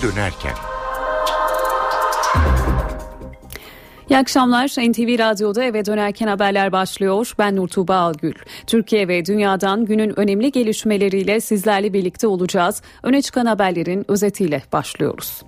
dönerken. İyi akşamlar. NTV Radyo'da eve dönerken haberler başlıyor. Ben Nurtuğba Algül. Türkiye ve dünyadan günün önemli gelişmeleriyle sizlerle birlikte olacağız. Öne çıkan haberlerin özetiyle başlıyoruz.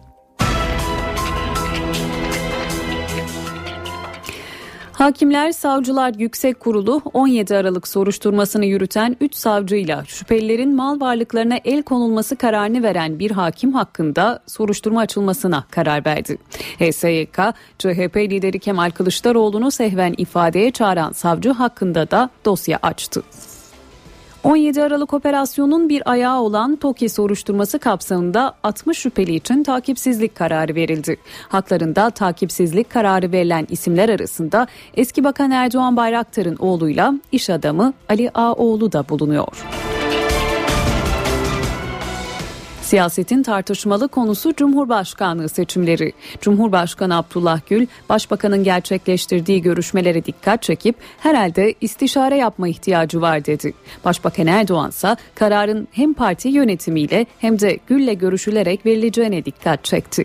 Hakimler Savcılar Yüksek Kurulu 17 Aralık soruşturmasını yürüten 3 savcıyla şüphelilerin mal varlıklarına el konulması kararını veren bir hakim hakkında soruşturma açılmasına karar verdi. HSYK, CHP lideri Kemal Kılıçdaroğlu'nu sehven ifadeye çağıran savcı hakkında da dosya açtı. 17 Aralık operasyonun bir ayağı olan TOKİ soruşturması kapsamında 60 şüpheli için takipsizlik kararı verildi. Haklarında takipsizlik kararı verilen isimler arasında eski Bakan Erdoğan Bayraktar'ın oğluyla iş adamı Ali Ağoğlu da bulunuyor. Siyasetin tartışmalı konusu Cumhurbaşkanlığı seçimleri. Cumhurbaşkanı Abdullah Gül, Başbakanın gerçekleştirdiği görüşmelere dikkat çekip herhalde istişare yapma ihtiyacı var dedi. Başbakan Erdoğan ise kararın hem parti yönetimiyle hem de Gül'le görüşülerek verileceğine dikkat çekti.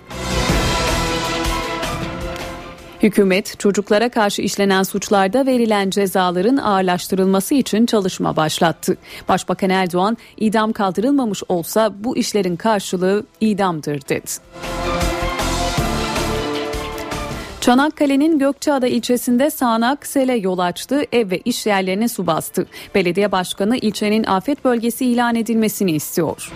Hükümet, çocuklara karşı işlenen suçlarda verilen cezaların ağırlaştırılması için çalışma başlattı. Başbakan Erdoğan, idam kaldırılmamış olsa bu işlerin karşılığı idamdır dedi. Çanakkale'nin Gökçeada ilçesinde sağanak sele yol açtı, ev ve iş yerlerine su bastı. Belediye başkanı ilçenin afet bölgesi ilan edilmesini istiyor.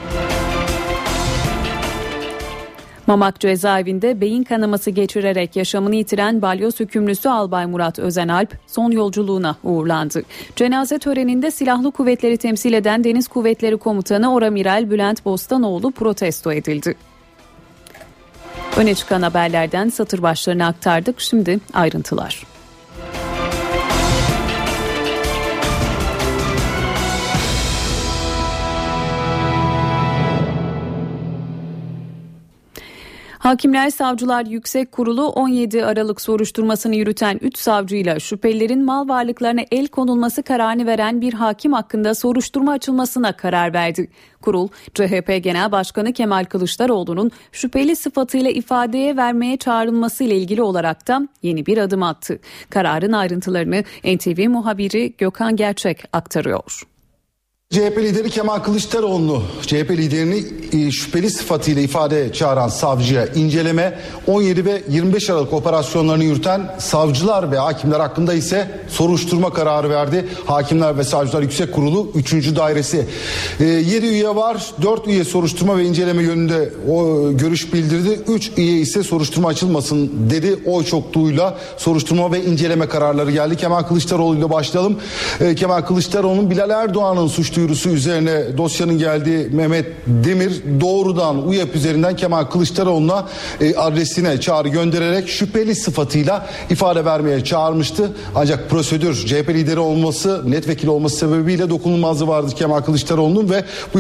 Mamak cezaevinde beyin kanaması geçirerek yaşamını yitiren balyoz hükümlüsü Albay Murat Özenalp son yolculuğuna uğurlandı. Cenaze töreninde Silahlı Kuvvetleri temsil eden Deniz Kuvvetleri Komutanı Oramiral Bülent Bostanoğlu protesto edildi. Öne çıkan haberlerden satır başlarını aktardık. Şimdi ayrıntılar. Hakimler Savcılar Yüksek Kurulu 17 Aralık soruşturmasını yürüten 3 savcıyla şüphelilerin mal varlıklarına el konulması kararını veren bir hakim hakkında soruşturma açılmasına karar verdi. Kurul, CHP Genel Başkanı Kemal Kılıçdaroğlu'nun şüpheli sıfatıyla ifadeye vermeye çağrılması ile ilgili olarak da yeni bir adım attı. Kararın ayrıntılarını NTV muhabiri Gökhan Gerçek aktarıyor. CHP lideri Kemal Kılıçdaroğlu, CHP liderini şüpheli sıfatıyla ifadeye çağıran savcıya inceleme, 17 ve 25 Aralık operasyonlarını yürüten savcılar ve hakimler hakkında ise soruşturma kararı verdi. Hakimler ve Savcılar Yüksek Kurulu 3. dairesi. 7 üye var, 4 üye soruşturma ve inceleme yönünde görüş bildirdi. 3 üye ise soruşturma açılmasın dedi. Oy çokluğuyla soruşturma ve inceleme kararları geldi. Kemal Kılıçdaroğlu ile başlayalım. Kemal Kılıçdaroğlu'nun Bilal Erdoğan'ın suç duyurusu üzerine dosyanın geldiği Mehmet Demir doğrudan UYAP üzerinden Kemal Kılıçdaroğlu'na adresine çağrı göndererek şüpheli sıfatıyla ifade vermeye çağırmıştı. Ancak prosedür CHP lideri olması, milletvekili olması sebebiyle dokunulmazlığı vardı Kemal Kılıçdaroğlu'nun ve bu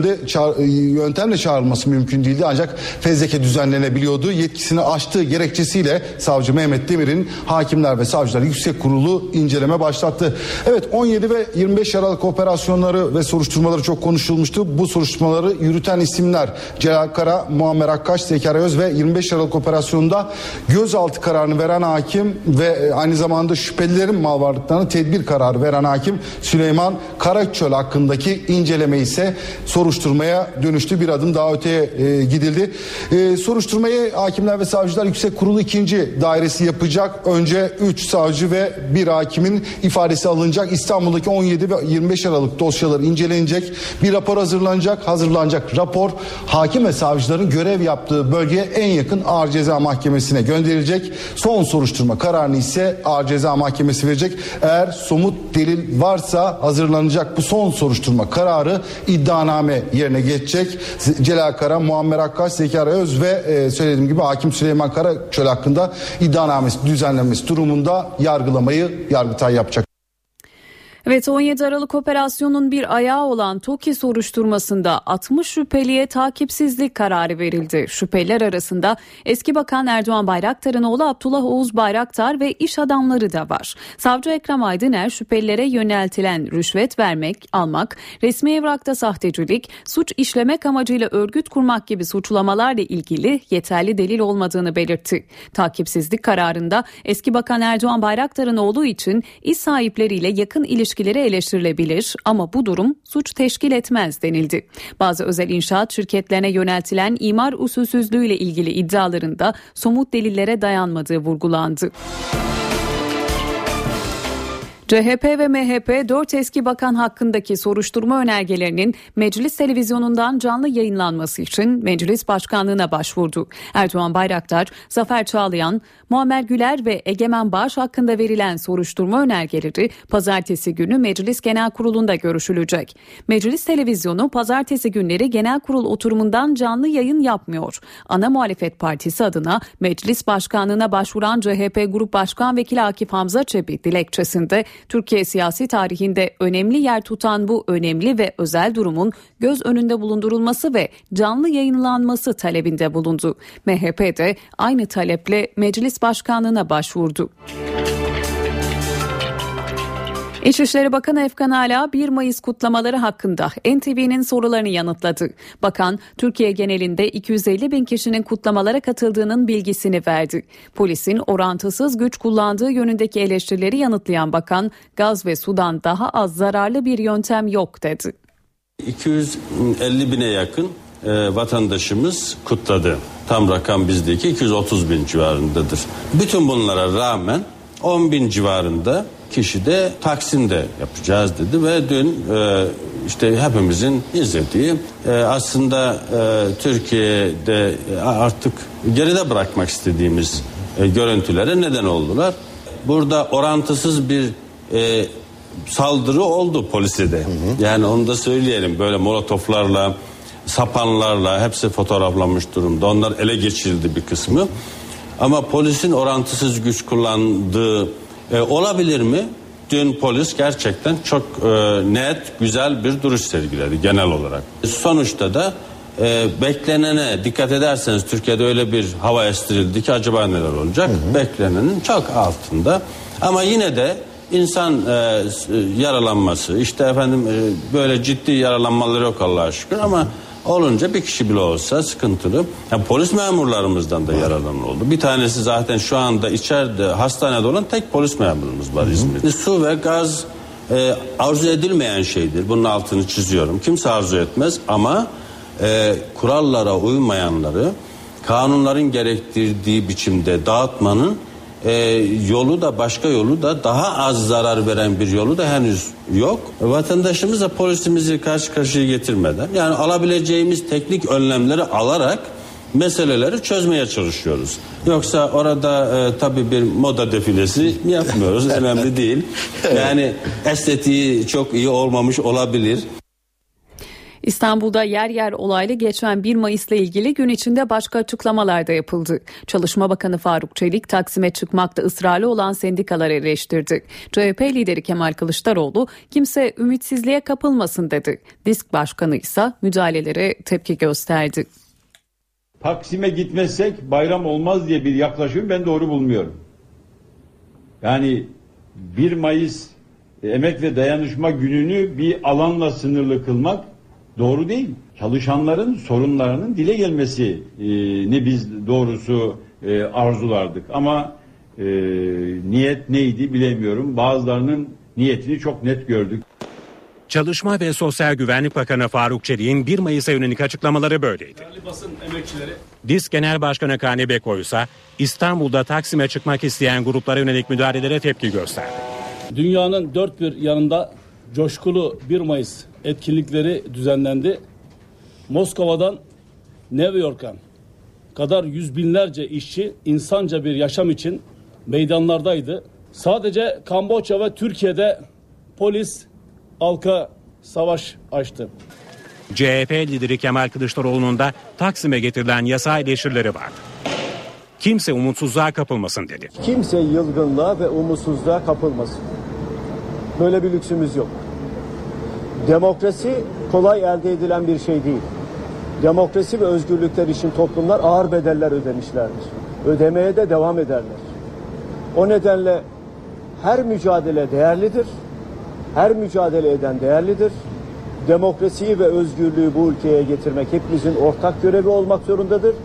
yöntemle çağrılması mümkün değildi. Ancak fezleke düzenlenebiliyordu. Yetkisini aştığı gerekçesiyle savcı Mehmet Demir'in Hakimler ve Savcılar Yüksek Kurulu inceleme başlattı. Evet, 17 ve 25 Aralık operasyonları ve soruşturmaları çok konuşulmuştu. Bu soruşturmaları yürüten isimler Celal Kara, Muammer Akkaş, Zekeriya Öz ve 25 Aralık operasyonunda gözaltı kararını veren hakim ve aynı zamanda şüphelilerin mal varlıklarına tedbir kararı veren hakim Süleyman Karaçöl hakkındaki inceleme ise soruşturmaya dönüştü. Bir adım daha öteye gidildi. Soruşturmayı Hakimler ve Savcılar Yüksek Kurulu 2. dairesi yapacak. Önce 3 savcı ve 1 hakimin ifadesi alınacak. İstanbul'daki 17 ve 25 Aralık dosyaları incelenecek. Bir rapor hazırlanacak rapor hakim ve savcıların görev yaptığı bölgeye en yakın Ağır Ceza Mahkemesi'ne gönderilecek. Son soruşturma kararını ise Ağır Ceza Mahkemesi verecek. Eğer somut delil varsa hazırlanacak bu son soruşturma kararı iddianame yerine geçecek. Celal Kara, Muammer Akkaş, Zekeriya Öz ve söylediğim gibi hakim Süleyman Karaçöl hakkında iddianamesi düzenlenmesi durumunda yargılamayı Yargıtay yapacak. Evet, 17 Aralık operasyonun bir ayağı olan TOKİ soruşturmasında 60 şüpheliye takipsizlik kararı verildi. Şüpheliler arasında eski Bakan Erdoğan Bayraktar'ın oğlu Abdullah Oğuz Bayraktar ve iş adamları da var. Savcı Ekrem Aydıner şüphelilere yöneltilen rüşvet vermek, almak, resmi evrakta sahtecilik, suç işlemek amacıyla örgüt kurmak gibi suçlamalarla ilgili yeterli delil olmadığını belirtti. Takipsizlik kararında eski Bakan Erdoğan Bayraktar'ın oğlu için iş sahipleriyle yakın ilişkileri eleştirilebilir ama bu durum suç teşkil etmez denildi. Bazı özel inşaat şirketlerine yöneltilen imar usulsüzlüğüyle ilgili iddialarında somut delillere dayanmadığı vurgulandı. CHP ve MHP 4 eski bakan hakkındaki soruşturma önergelerinin meclis televizyonundan canlı yayınlanması için meclis başkanlığına başvurdu. Erdoğan Bayraktar, Zafer Çağlayan, Muammer Güler ve Egemen Bağış hakkında verilen soruşturma önergeleri pazartesi günü Meclis Genel Kurulu'nda görüşülecek. Meclis televizyonu pazartesi günleri genel kurul oturumundan canlı yayın yapmıyor. Ana Muhalefet Partisi adına meclis başkanlığına başvuran CHP Grup Başkan Vekili Akif Hamza Çebi dilekçesinde Türkiye siyasi tarihinde önemli yer tutan bu önemli ve özel durumun göz önünde bulundurulması ve canlı yayınlanması talebinde bulundu. MHP de aynı taleple meclis başkanlığına başvurdu. İçişleri Bakanı Efkan Ala 1 Mayıs kutlamaları hakkında NTV'nin sorularını yanıtladı. Bakan, Türkiye genelinde 250 bin kişinin kutlamalara katıldığının bilgisini verdi. Polisin orantısız güç kullandığı yönündeki eleştirileri yanıtlayan bakan, gaz ve sudan daha az zararlı bir yöntem yok dedi. 250 bine yakın vatandaşımız kutladı. Tam rakam bizdeki 230 bin civarındadır. Bütün bunlara rağmen 10 bin civarında kişi de Taksim'de yapacağız dedi ve dün işte hepimizin izlediği aslında Türkiye'de artık geride bırakmak istediğimiz görüntülere neden oldular. Burada orantısız bir saldırı oldu polise de. Yani onu da söyleyelim, böyle molotoflarla, sapanlarla hepsi fotoğraflanmış durumda. Onlar ele geçirildi bir kısmı. Ama polisin orantısız güç kullandığı olabilir mi? Dün polis gerçekten çok net, güzel bir duruş sergiledi genel olarak. Sonuçta da beklenene dikkat ederseniz Türkiye'de öyle bir hava estirildi ki acaba neler olacak? Beklenenin çok altında. Ama yine de insan yaralanması, işte efendim böyle ciddi yaralanmaları yok Allah'a şükür ama olunca bir kişi bile olsa sıkıntılı. Yani polis memurlarımızdan da yaralanan oldu. Bir tanesi zaten şu anda içeride hastanede olan tek polis memurumuz var İzmir'de. Su ve gaz arzu edilmeyen şeydir. Bunun altını çiziyorum. Kimse arzu etmez ama kurallara uymayanları kanunların gerektirdiği biçimde dağıtmanın yolu da başka yolu da daha az zarar veren bir yolu da henüz yok. Vatandaşımız da polisimizi karşı karşıya getirmeden yani alabileceğimiz teknik önlemleri alarak meseleleri çözmeye çalışıyoruz. Yoksa orada tabii bir moda defilesi yapmıyoruz. Önemli değil. Yani estetiği çok iyi olmamış olabilir. İstanbul'da yer yer olaylı geçen 1 Mayıs'la ilgili gün içinde başka açıklamalar da yapıldı. Çalışma Bakanı Faruk Çelik Taksim'e çıkmakta ısrarlı olan sendikaları eleştirdi. CHP lideri Kemal Kılıçdaroğlu kimse ümitsizliğe kapılmasın dedi. DİSK Başkanı ise müdahalelere tepki gösterdi. Taksim'e gitmezsek bayram olmaz diye bir yaklaşım ben doğru bulmuyorum. Yani 1 Mayıs Emek ve Dayanışma Günü'nü bir alanla sınırlı kılmak doğru değil. Çalışanların sorunlarının dile gelmesini biz doğrusu arzulardık. Ama niyet neydi bilemiyorum. Bazılarının niyetini çok net gördük. Çalışma ve Sosyal Güvenlik Bakanı Faruk Çelik'in 1 Mayıs'a yönelik açıklamaları böyleydi. DİSK Genel Başkanı Kani Beko ise İstanbul'da Taksim'e çıkmak isteyen gruplara yönelik müdahalelere tepki gösterdi. Dünyanın dört bir yanında coşkulu 1 Mayıs etkinlikleri düzenlendi. Moskova'dan New York'a kadar yüz binlerce işçi insanca bir yaşam için meydanlardaydı. Sadece Kamboçya ve Türkiye'de polis halka savaş açtı. CHP lideri Kemal Kılıçdaroğlu'nun da Taksim'e getirilen yasa eleştirileri vardı. Kimse umutsuzluğa kapılmasın dedi. Kimse yılgınlığa ve umutsuzluğa kapılmasın. Böyle bir lüksümüz yok. Demokrasi kolay elde edilen bir şey değil. Demokrasi ve özgürlükler için toplumlar ağır bedeller ödemişlerdir. Ödemeye de devam ederler. O nedenle her mücadele değerlidir. Her mücadele eden değerlidir. Demokrasiyi ve özgürlüğü bu ülkeye getirmek hepimizin ortak görevi olmak zorundadır.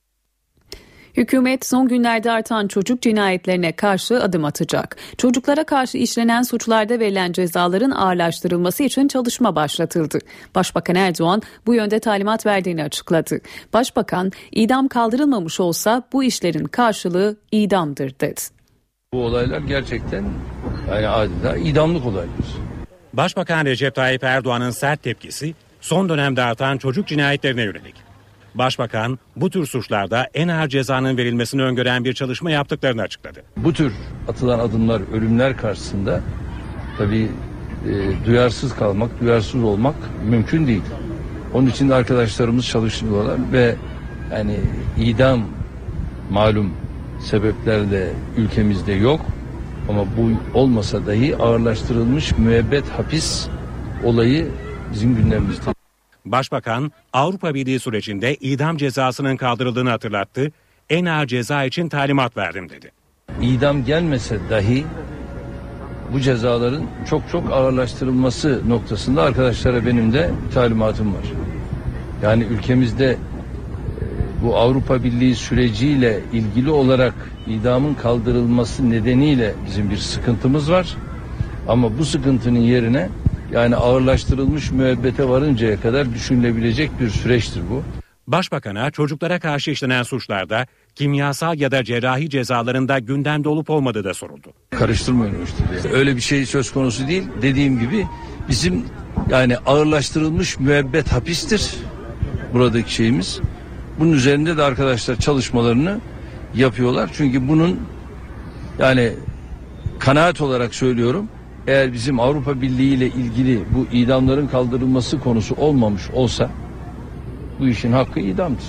Hükümet son günlerde artan çocuk cinayetlerine karşı adım atacak. Çocuklara karşı işlenen suçlarda verilen cezaların ağırlaştırılması için çalışma başlatıldı. Başbakan Erdoğan bu yönde talimat verdiğini açıkladı. Başbakan, idam kaldırılmamış olsa bu işlerin karşılığı idamdır dedi. Bu olaylar gerçekten adeta idamlık olaylar. Başbakan Recep Tayyip Erdoğan'ın sert tepkisi son dönemde artan çocuk cinayetlerine yönelik. Başbakan bu tür suçlarda en ağır cezanın verilmesini öngören bir çalışma yaptıklarını açıkladı. Bu tür atılan adımlar, ölümler karşısında tabii duyarsız kalmak, duyarsız olmak mümkün değil. Onun için de arkadaşlarımız çalışıyorlar ve yani idam malum sebeplerle ülkemizde yok. Ama bu olmasa dahi ağırlaştırılmış müebbet hapis olayı bizim gündemimizde. Başbakan Avrupa Birliği sürecinde idam cezasının kaldırıldığını hatırlattı. En ağır ceza için talimat verdim dedi. İdam gelmese dahi bu cezaların çok ağırlaştırılması noktasında arkadaşlara benim de talimatım var. Yani ülkemizde bu Avrupa Birliği süreciyle ilgili olarak idamın kaldırılması nedeniyle bizim bir sıkıntımız var. Ama bu sıkıntının yerine yani ağırlaştırılmış müebbete varıncaya kadar düşünülebilecek bir süreçtir bu. Başbakan'a çocuklara karşı işlenen suçlarda kimyasal ya da cerrahi cezalarında gündemde olup olmadığı da soruldu. Karıştırmayın o işte. Öyle bir şey söz konusu değil. Dediğim gibi bizim yani ağırlaştırılmış müebbet hapistir buradaki şeyimiz. Bunun üzerinde de arkadaşlar çalışmalarını yapıyorlar. Çünkü bunun yani kanaat olarak söylüyorum. Eğer bizim Avrupa Birliği ile ilgili bu idamların kaldırılması konusu olmamış olsa bu işin hakkı idamdır.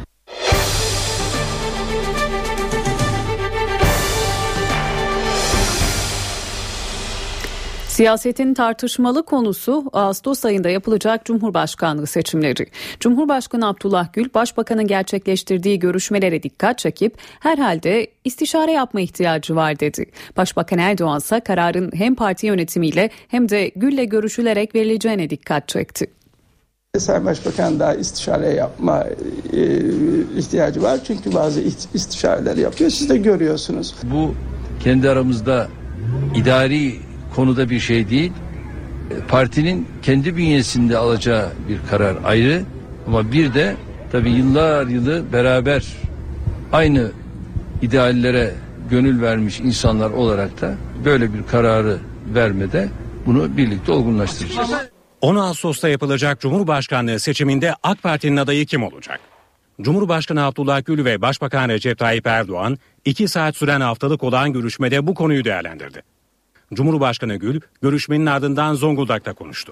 Siyasetin tartışmalı konusu Ağustos ayında yapılacak Cumhurbaşkanlığı seçimleri. Cumhurbaşkanı Abdullah Gül, Başbakanın gerçekleştirdiği görüşmelere dikkat çekip herhalde istişare yapma ihtiyacı var dedi. Başbakan Erdoğan ise kararın hem parti yönetimiyle hem de Gül'le görüşülerek verileceğine dikkat çekti. Sayın Başbakan daha istişare yapma ihtiyacı var. Çünkü bazı istişareler yapıyor. Siz de görüyorsunuz. Bu kendi aramızda idari konuda bir şey değil. Partinin kendi bünyesinde alacağı bir karar ayrı. Ama bir de tabii yıllar yılı beraber aynı ideallere gönül vermiş insanlar olarak da böyle bir kararı vermede bunu birlikte olgunlaştıracağız. 10 Ağustos'ta yapılacak Cumhurbaşkanlığı seçiminde AK Parti'nin adayı kim olacak? Cumhurbaşkanı Abdullah Gül ve Başbakan Recep Tayyip Erdoğan 2 saat süren haftalık olan görüşmede bu konuyu değerlendirdi. Cumhurbaşkanı Gül görüşmenin ardından Zonguldak'ta konuştu.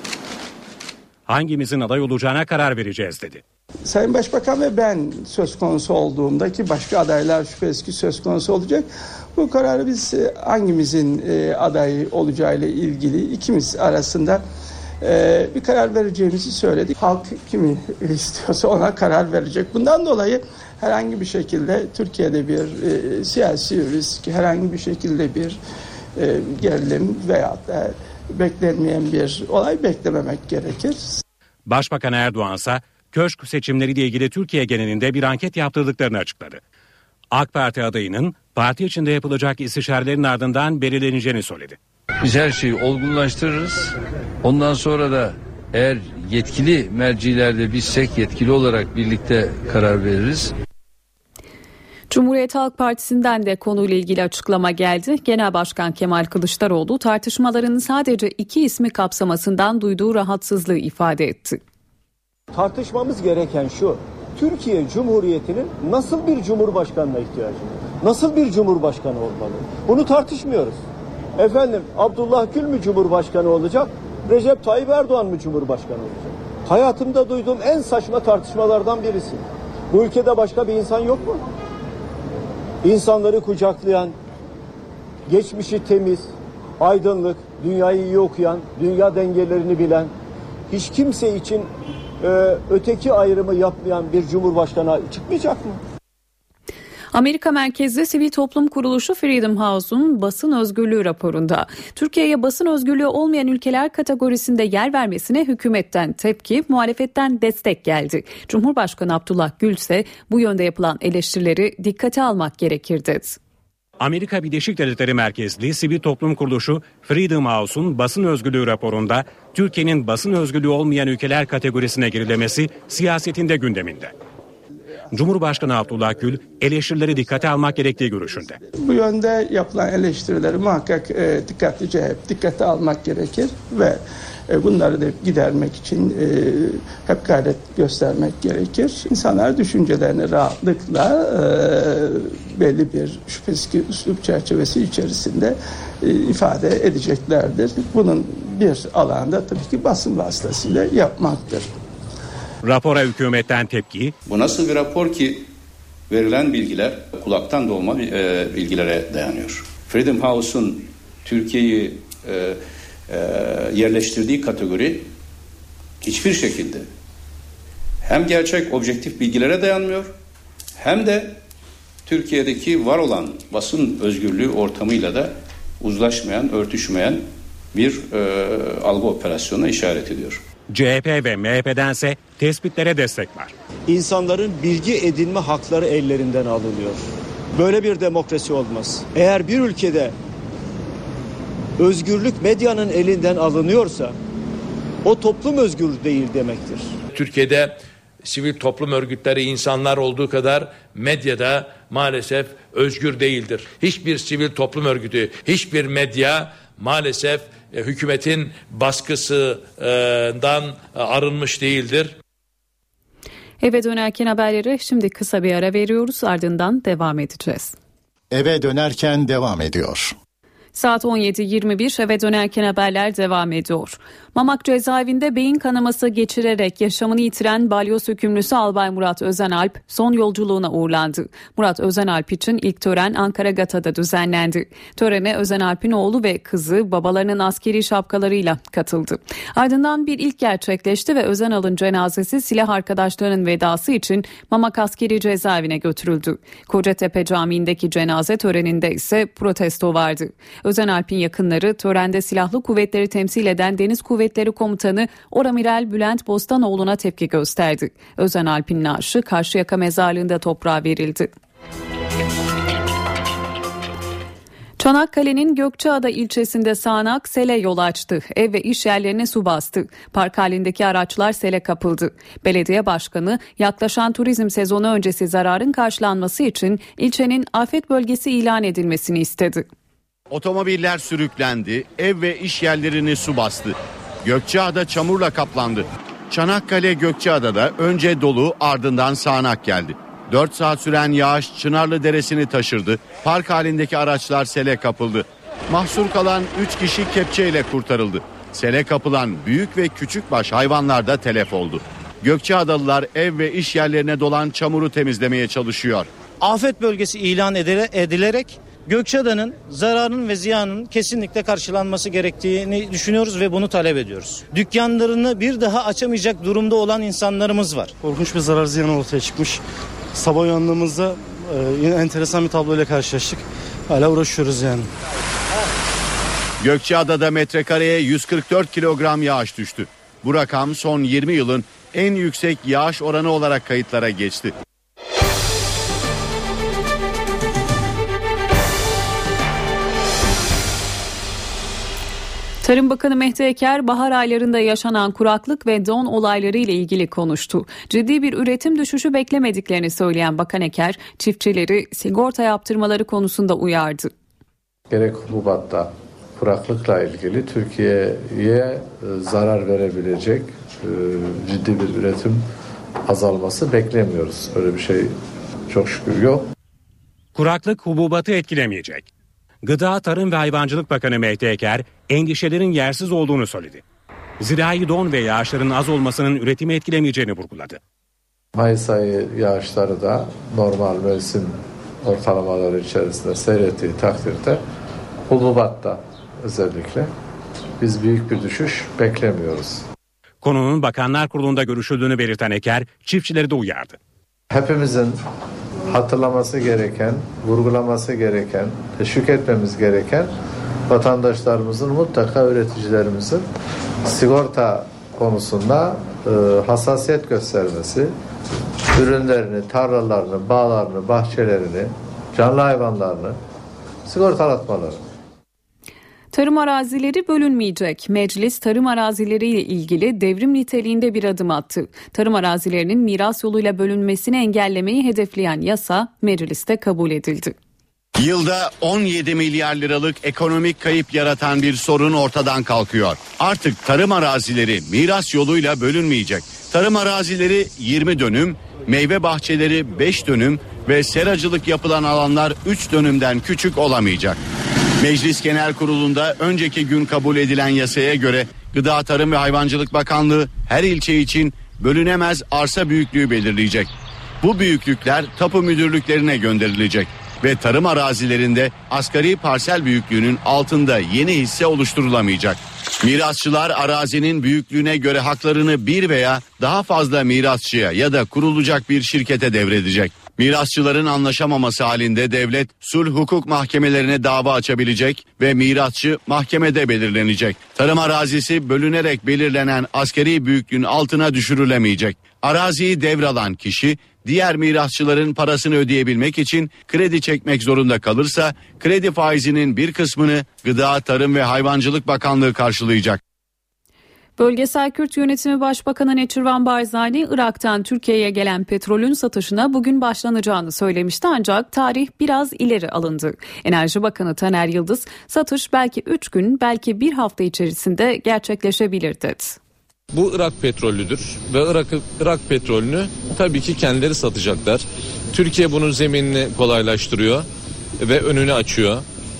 Hangimizin aday olacağına karar vereceğiz dedi. Sayın Başbakan ve ben söz konusu olduğumda ki başka adaylar şüphesiz ki söz konusu olacak. Bu kararı biz hangimizin aday olacağıyla ilgili ikimiz arasında bir karar vereceğimizi söyledik. Halk kimi istiyorsa ona karar verecek. Bundan dolayı herhangi bir şekilde Türkiye'de bir siyasi risk, herhangi bir şekilde bir gerilim veyahut da beklenmeyen bir olay beklememek gerekir. Başbakan Erdoğan ise köşk seçimleriyle ilgili Türkiye genelinde bir anket yaptırdıklarını açıkladı. AK Parti adayının parti içinde yapılacak istişarelerin ardından belirleneceğini söyledi. Biz her şeyi olgunlaştırırız. Ondan sonra da eğer yetkili mercilerde bizsek yetkili olarak birlikte karar veririz. Cumhuriyet Halk Partisi'nden de konuyla ilgili açıklama geldi. Genel Başkan Kemal Kılıçdaroğlu tartışmaların sadece 2 ismi kapsamasından duyduğu rahatsızlığı ifade etti. Tartışmamız gereken şu: Türkiye Cumhuriyeti'nin nasıl bir cumhurbaşkanına ihtiyacı var? Nasıl bir cumhurbaşkanı olmalı? Bunu tartışmıyoruz. Efendim, Abdullah Gül mü cumhurbaşkanı olacak? Recep Tayyip Erdoğan mı cumhurbaşkanı olacak? Hayatımda duyduğum en saçma tartışmalardan birisi. Bu ülkede başka bir insan yok mu? İnsanları kucaklayan, geçmişi temiz, aydınlık, dünyayı iyi okuyan, dünya dengelerini bilen, hiç kimse için öteki ayrımı yapmayan bir cumhurbaşkanı çıkmayacak mı? Amerika merkezli sivil toplum kuruluşu Freedom House'un basın özgürlüğü raporunda Türkiye'ye basın özgürlüğü olmayan ülkeler kategorisinde yer vermesine hükümetten tepki, muhalefetten destek geldi. Cumhurbaşkanı Abdullah Gül ise bu yönde yapılan eleştirileri dikkate almak gerekir dedi. Amerika Birleşik Devletleri merkezli sivil toplum kuruluşu Freedom House'un basın özgürlüğü raporunda Türkiye'nin basın özgürlüğü olmayan ülkeler kategorisine girilemesi siyasetinde gündeminde. Cumhurbaşkanı Abdullah Gül eleştirileri dikkate almak gerektiği görüşünde. Bu yönde yapılan eleştirileri muhakkak dikkate almak gerekir ve bunları da gidermek için hep gayret göstermek gerekir. İnsanlar düşüncelerini rahatlıkla belli bir şüphesiz ki üslup çerçevesi içerisinde ifade edeceklerdir. Bunun bir alanda tabii ki basın vasıtasıyla yapmaktır. Rapora hükümetten tepki. Bu nasıl bir rapor ki verilen bilgiler kulaktan dolma bilgilere dayanıyor. Freedom House'un Türkiye'yi yerleştirdiği kategori hiçbir şekilde hem gerçek objektif bilgilere dayanmıyor hem de Türkiye'deki var olan basın özgürlüğü ortamıyla da uzlaşmayan, örtüşmeyen bir algı operasyonuna işaret ediyor. CHP ve MHP'dense tespitlere destek var. İnsanların bilgi edinme hakları ellerinden alınıyor. Böyle bir demokrasi olmaz. Eğer bir ülkede özgürlük medyanın elinden alınıyorsa o toplum özgür değil demektir. Türkiye'de sivil toplum örgütleri insanlar olduğu kadar medyada maalesef özgür değildir. Hiçbir sivil toplum örgütü, hiçbir medya maalesef hükümetin baskısından arınmış değildir. Eve dönerken haberleri şimdi kısa bir ara veriyoruz, ardından devam edeceğiz. Eve dönerken devam ediyor. Saat 17.21 eve dönerken haberler devam ediyor. Mamak cezaevinde beyin kanaması geçirerek yaşamını yitiren balyoz hükümlüsü Albay Murat Özenalp son yolculuğuna uğurlandı. Murat Özenalp için ilk tören Ankara Gata'da düzenlendi. Törene Özenalp'in oğlu ve kızı babalarının askeri şapkalarıyla katıldı. Ardından bir ilk gerçekleşti ve Özenalp'ın cenazesi silah arkadaşlarının vedası için Mamak askeri cezaevine götürüldü. Kocatepe Camii'ndeki cenaze töreninde ise protesto vardı. Özenalp'in yakınları törende silahlı kuvvetleri temsil eden Deniz Kuvvetleri Komutanı Oramiral Bülent Bostanoğlu'na tepki gösterdi. Özenalp'in naaşı Karşıyaka Mezarlığı'nda toprağa verildi. Çanakkale'nin Gökçeada ilçesinde sağanak sele yol açtı. Ev ve iş yerlerine su bastı. Park halindeki araçlar sele kapıldı. Belediye başkanı yaklaşan turizm sezonu öncesi zararın karşılanması için ilçenin afet bölgesi ilan edilmesini istedi. Otomobiller sürüklendi, ev ve iş yerlerini su bastı. Gökçeada çamurla kaplandı. Çanakkale Gökçeada'da önce dolu ardından sağanak geldi. 4 saat süren yağış Çınarlı Deresi'ni taşırdı. Park halindeki araçlar sele kapıldı. Mahsur kalan 3 kişi kepçeyle kurtarıldı. Sele kapılan büyük ve küçükbaş hayvanlar da telef oldu. Gökçeadalılar ev ve iş yerlerine dolan çamuru temizlemeye çalışıyor. Afet bölgesi ilan edilerek Gökçeada'nın zararının ve ziyanının kesinlikle karşılanması gerektiğini düşünüyoruz ve bunu talep ediyoruz. Dükkanlarını bir daha açamayacak durumda olan insanlarımız var. Korkunç bir zarar ziyan ortaya çıkmış. Sabah uyandığımızda yine enteresan bir tabloyla karşılaştık. Hala uğraşıyoruz yani. Gökçeada'da metrekareye 144 kilogram yağış düştü. Bu rakam son 20 yılın en yüksek yağış oranı olarak kayıtlara geçti. Tarım Bakanı Mehdi Eker, bahar aylarında yaşanan kuraklık ve don olayları ile ilgili konuştu. Ciddi bir üretim düşüşü beklemediklerini söyleyen Bakan Eker, çiftçileri sigorta yaptırmaları konusunda uyardı. Gerek hububatta kuraklıkla ilgili Türkiye'ye zarar verebilecek ciddi bir üretim azalması beklemiyoruz. Öyle bir şey çok şükür yok. Kuraklık hububatı etkilemeyecek. Gıda, Tarım ve Hayvancılık Bakanı Mehdi Eker endişelerin yersiz olduğunu söyledi. Zirai don ve yağışların az olmasının üretimi etkilemeyeceğini vurguladı. Mayıs ayı yağışları da normal mevsim ortalamaları içerisinde seyrettiği takdirde hububatta özellikle. Biz büyük bir düşüş beklemiyoruz. Konunun Bakanlar Kurulu'nda görüşüldüğünü belirten Eker, çiftçileri de uyardı. Hepimizin hatırlaması gereken, vurgulaması gereken, teşvik etmemiz gereken vatandaşlarımızın, mutlaka üreticilerimizin sigorta konusunda hassasiyet göstermesi, ürünlerini, tarlalarını, bağlarını, bahçelerini, canlı hayvanlarını sigortalatmaları. Tarım arazileri bölünmeyecek. Meclis tarım arazileriyle ilgili devrim niteliğinde bir adım attı. Tarım arazilerinin miras yoluyla bölünmesini engellemeyi hedefleyen yasa mecliste kabul edildi. Yılda 17 milyar liralık ekonomik kayıp yaratan bir sorun ortadan kalkıyor. Artık tarım arazileri miras yoluyla bölünmeyecek. Tarım arazileri 20 dönüm, meyve bahçeleri 5 dönüm ve seracılık yapılan alanlar 3 dönümden küçük olamayacak. Meclis Genel Kurulu'nda önceki gün kabul edilen yasaya göre Gıda Tarım ve Hayvancılık Bakanlığı her ilçe için bölünemez arsa büyüklüğü belirleyecek. Bu büyüklükler tapu müdürlüklerine gönderilecek ve tarım arazilerinde asgari parsel büyüklüğünün altında yeni hisse oluşturulamayacak. Mirasçılar arazinin büyüklüğüne göre haklarını bir veya daha fazla mirasçıya ya da kurulacak bir şirkete devredecek. Mirasçıların anlaşamaması halinde devlet sulh hukuk mahkemelerine dava açabilecek ve mirasçı mahkemede belirlenecek. Tarım arazisi bölünerek belirlenen asgari büyüklüğün altına düşürülemeyecek. Araziyi devralan kişi diğer mirasçıların parasını ödeyebilmek için kredi çekmek zorunda kalırsa kredi faizinin bir kısmını Gıda, Tarım ve Hayvancılık Bakanlığı karşılayacak. Bölgesel Kürt Yönetimi Başbakanı Neçirvan Barzani, Irak'tan Türkiye'ye gelen petrolün satışına bugün başlanacağını söylemişti, ancak tarih biraz ileri alındı. Enerji Bakanı Taner Yıldız, satış belki 3 gün, belki bir hafta içerisinde gerçekleşebilir dedi. Bu Irak petrolüdür ve Irak petrolünü tabii ki kendileri satacaklar. Türkiye bunun zeminini kolaylaştırıyor ve önünü açıyor.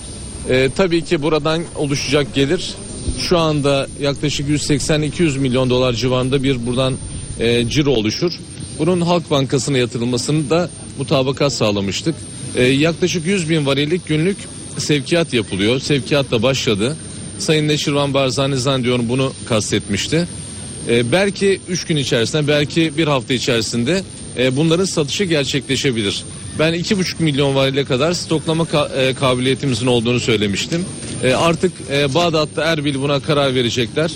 Tabii ki buradan oluşacak gelir şu anda yaklaşık 180-200 milyon dolar civarında bir buradan ciro oluşur. Bunun Halk Bankası'na yatırılmasını da mutabakat sağlamıştık. Yaklaşık 100 bin varillik günlük sevkiyat yapılıyor. Sevkiyat da başladı. Sayın Neçirvan Barzani zannediyorum bunu kastetmişti. Belki 3 gün içerisinde, belki bir hafta içerisinde bunların satışı gerçekleşebilir. Ben 2,5 milyon varile kadar stoklama kabiliyetimizin olduğunu söylemiştim. Artık Bağdat'ta Erbil buna karar verecekler.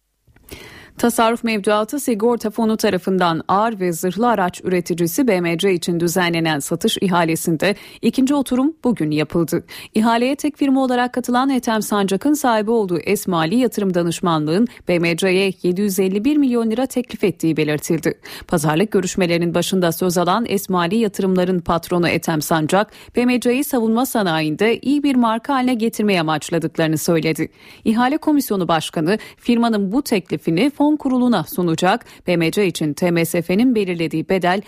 Tasarruf Mevduatı Sigorta Fonu tarafından ağır ve zırhlı araç üreticisi BMC için düzenlenen satış ihalesinde ikinci oturum bugün yapıldı. İhaleye tek firma olarak katılan Ethem Sancak'ın sahibi olduğu Esmali Yatırım Danışmanlığı'nın BMC'ye 751 milyon lira teklif ettiği belirtildi. Pazarlık görüşmelerinin başında söz alan Esmali Yatırımların patronu Ethem Sancak, BMC'yi savunma sanayinde iyi bir marka haline getirmeye amaçladıklarını söyledi. İhale Komisyonu Başkanı firmanın bu teklifini fon kuruluna sunacak. BMC için TMSF'nin belirlediği bedel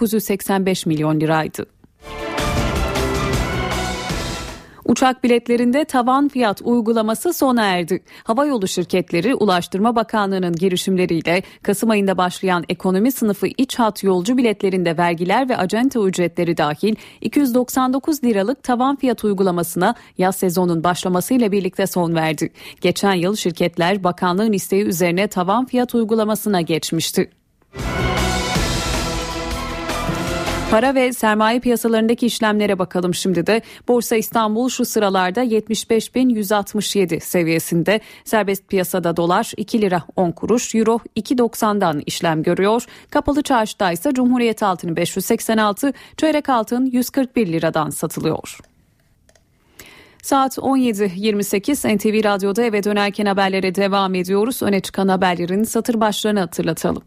985 milyon liraydı. Uçak biletlerinde tavan fiyat uygulaması sona erdi. Havayolu şirketleri Ulaştırma Bakanlığı'nın girişimleriyle Kasım ayında başlayan ekonomi sınıfı iç hat yolcu biletlerinde vergiler ve acente ücretleri dahil 299 liralık tavan fiyat uygulamasına yaz sezonun başlamasıyla birlikte son verdi. Geçen yıl şirketler bakanlığın isteği üzerine tavan fiyat uygulamasına geçmişti. Para ve sermaye piyasalarındaki işlemlere bakalım şimdi de. Borsa İstanbul şu sıralarda 75.167 seviyesinde. Serbest piyasada dolar 2 lira 10 kuruş, euro 2.90'dan işlem görüyor. Kapalı çarşıda ise Cumhuriyet altını 586, çeyrek altın 141 liradan satılıyor. Saat 17.28 NTV Radyo'da eve dönerken haberlere devam ediyoruz. Öne çıkan haberlerin satır başlarını hatırlatalım.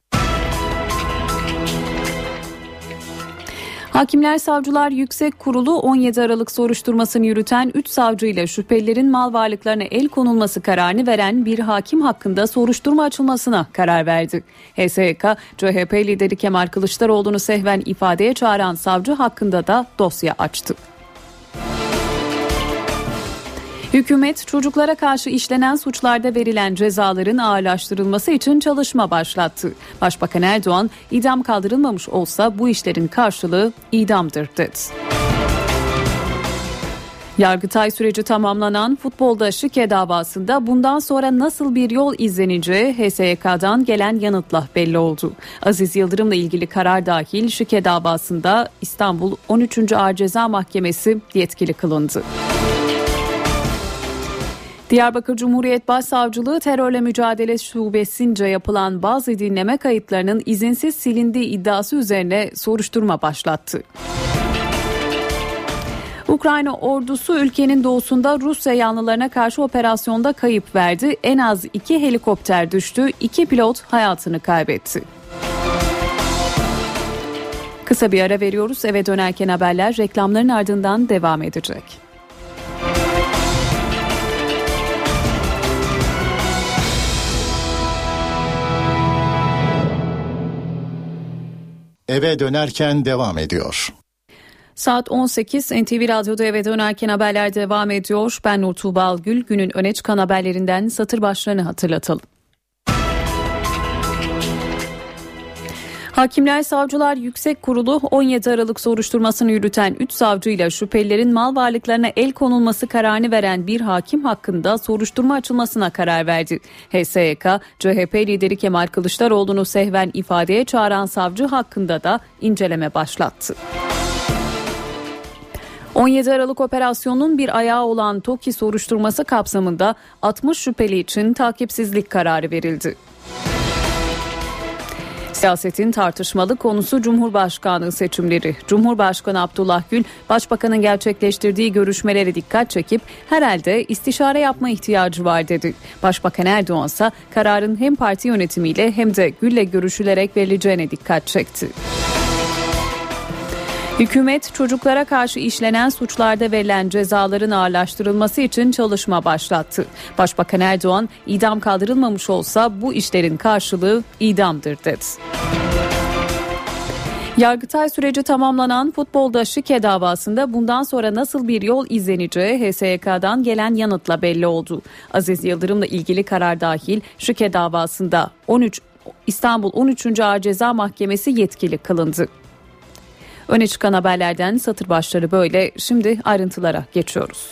Hakimler Savcılar Yüksek Kurulu 17 Aralık soruşturmasını yürüten 3 savcıyla şüphelilerin mal varlıklarına el konulması kararını veren bir hakim hakkında soruşturma açılmasına karar verdi. HSYK, CHP lideri Kemal Kılıçdaroğlu'nu sehven ifadeye çağıran savcı hakkında da dosya açtı. Hükümet çocuklara karşı işlenen suçlarda verilen cezaların ağırlaştırılması için çalışma başlattı. Başbakan Erdoğan, idam kaldırılmamış olsa bu işlerin karşılığı idamdır dedi. Yargıtay süreci tamamlanan futbolda şike davasında bundan sonra nasıl bir yol izleneceği HSYK'dan gelen yanıtla belli oldu. Aziz Yıldırım'la ilgili karar dahil şike davasında İstanbul 13. Ağır Ceza Mahkemesi yetkili kılındı. Diyarbakır Cumhuriyet Başsavcılığı Terörle Mücadele Şubesince yapılan bazı dinleme kayıtlarının izinsiz silindiği iddiası üzerine soruşturma başlattı. Ukrayna ordusu ülkenin doğusunda Rusya yanlılarına karşı operasyonda kayıp verdi. En az 2 helikopter düştü, 2 pilot hayatını kaybetti. Kısa bir ara veriyoruz. Eve dönerken haberler reklamların ardından devam edecek. Eve dönerken devam ediyor. Saat 18 NTV Radyo'da eve dönerken haberler devam ediyor. Ben Nur Tuğba Algül. Günün öne çıkan haberlerinden satır başlarını hatırlatalım. Hakimler Savcılar Yüksek Kurulu 17 Aralık soruşturmasını yürüten 3 savcıyla şüphelilerin mal varlıklarına el konulması kararını veren bir hakim hakkında soruşturma açılmasına karar verdi. HSYK, CHP lideri Kemal Kılıçdaroğlu'nu sehven ifadeye çağıran savcı hakkında da inceleme başlattı. 17 Aralık operasyonunun bir ayağı olan TOKİ soruşturması kapsamında 60 şüpheli için takipsizlik kararı verildi. Siyasetin tartışmalı konusu Cumhurbaşkanlığı seçimleri. Cumhurbaşkanı Abdullah Gül, Başbakanın gerçekleştirdiği görüşmelere dikkat çekip herhalde istişare yapma ihtiyacı var dedi. Başbakan Erdoğan ise kararın hem parti yönetimiyle hem de Gül'le görüşülerek verileceğine dikkat çekti. Hükümet çocuklara karşı işlenen suçlarda verilen cezaların ağırlaştırılması için çalışma başlattı. Başbakan Erdoğan, idam kaldırılmamış olsa bu işlerin karşılığı idamdır dedi. Yargıtay süreci tamamlanan futbolda şike davasında bundan sonra nasıl bir yol izleneceği HSYK'dan gelen yanıtla belli oldu. Aziz Yıldırım'la ilgili karar dahil şike davasında İstanbul 13. Ağır Ceza Mahkemesi yetkili kılındı. Öne çıkan haberlerden satır başları böyle. Şimdi ayrıntılara geçiyoruz.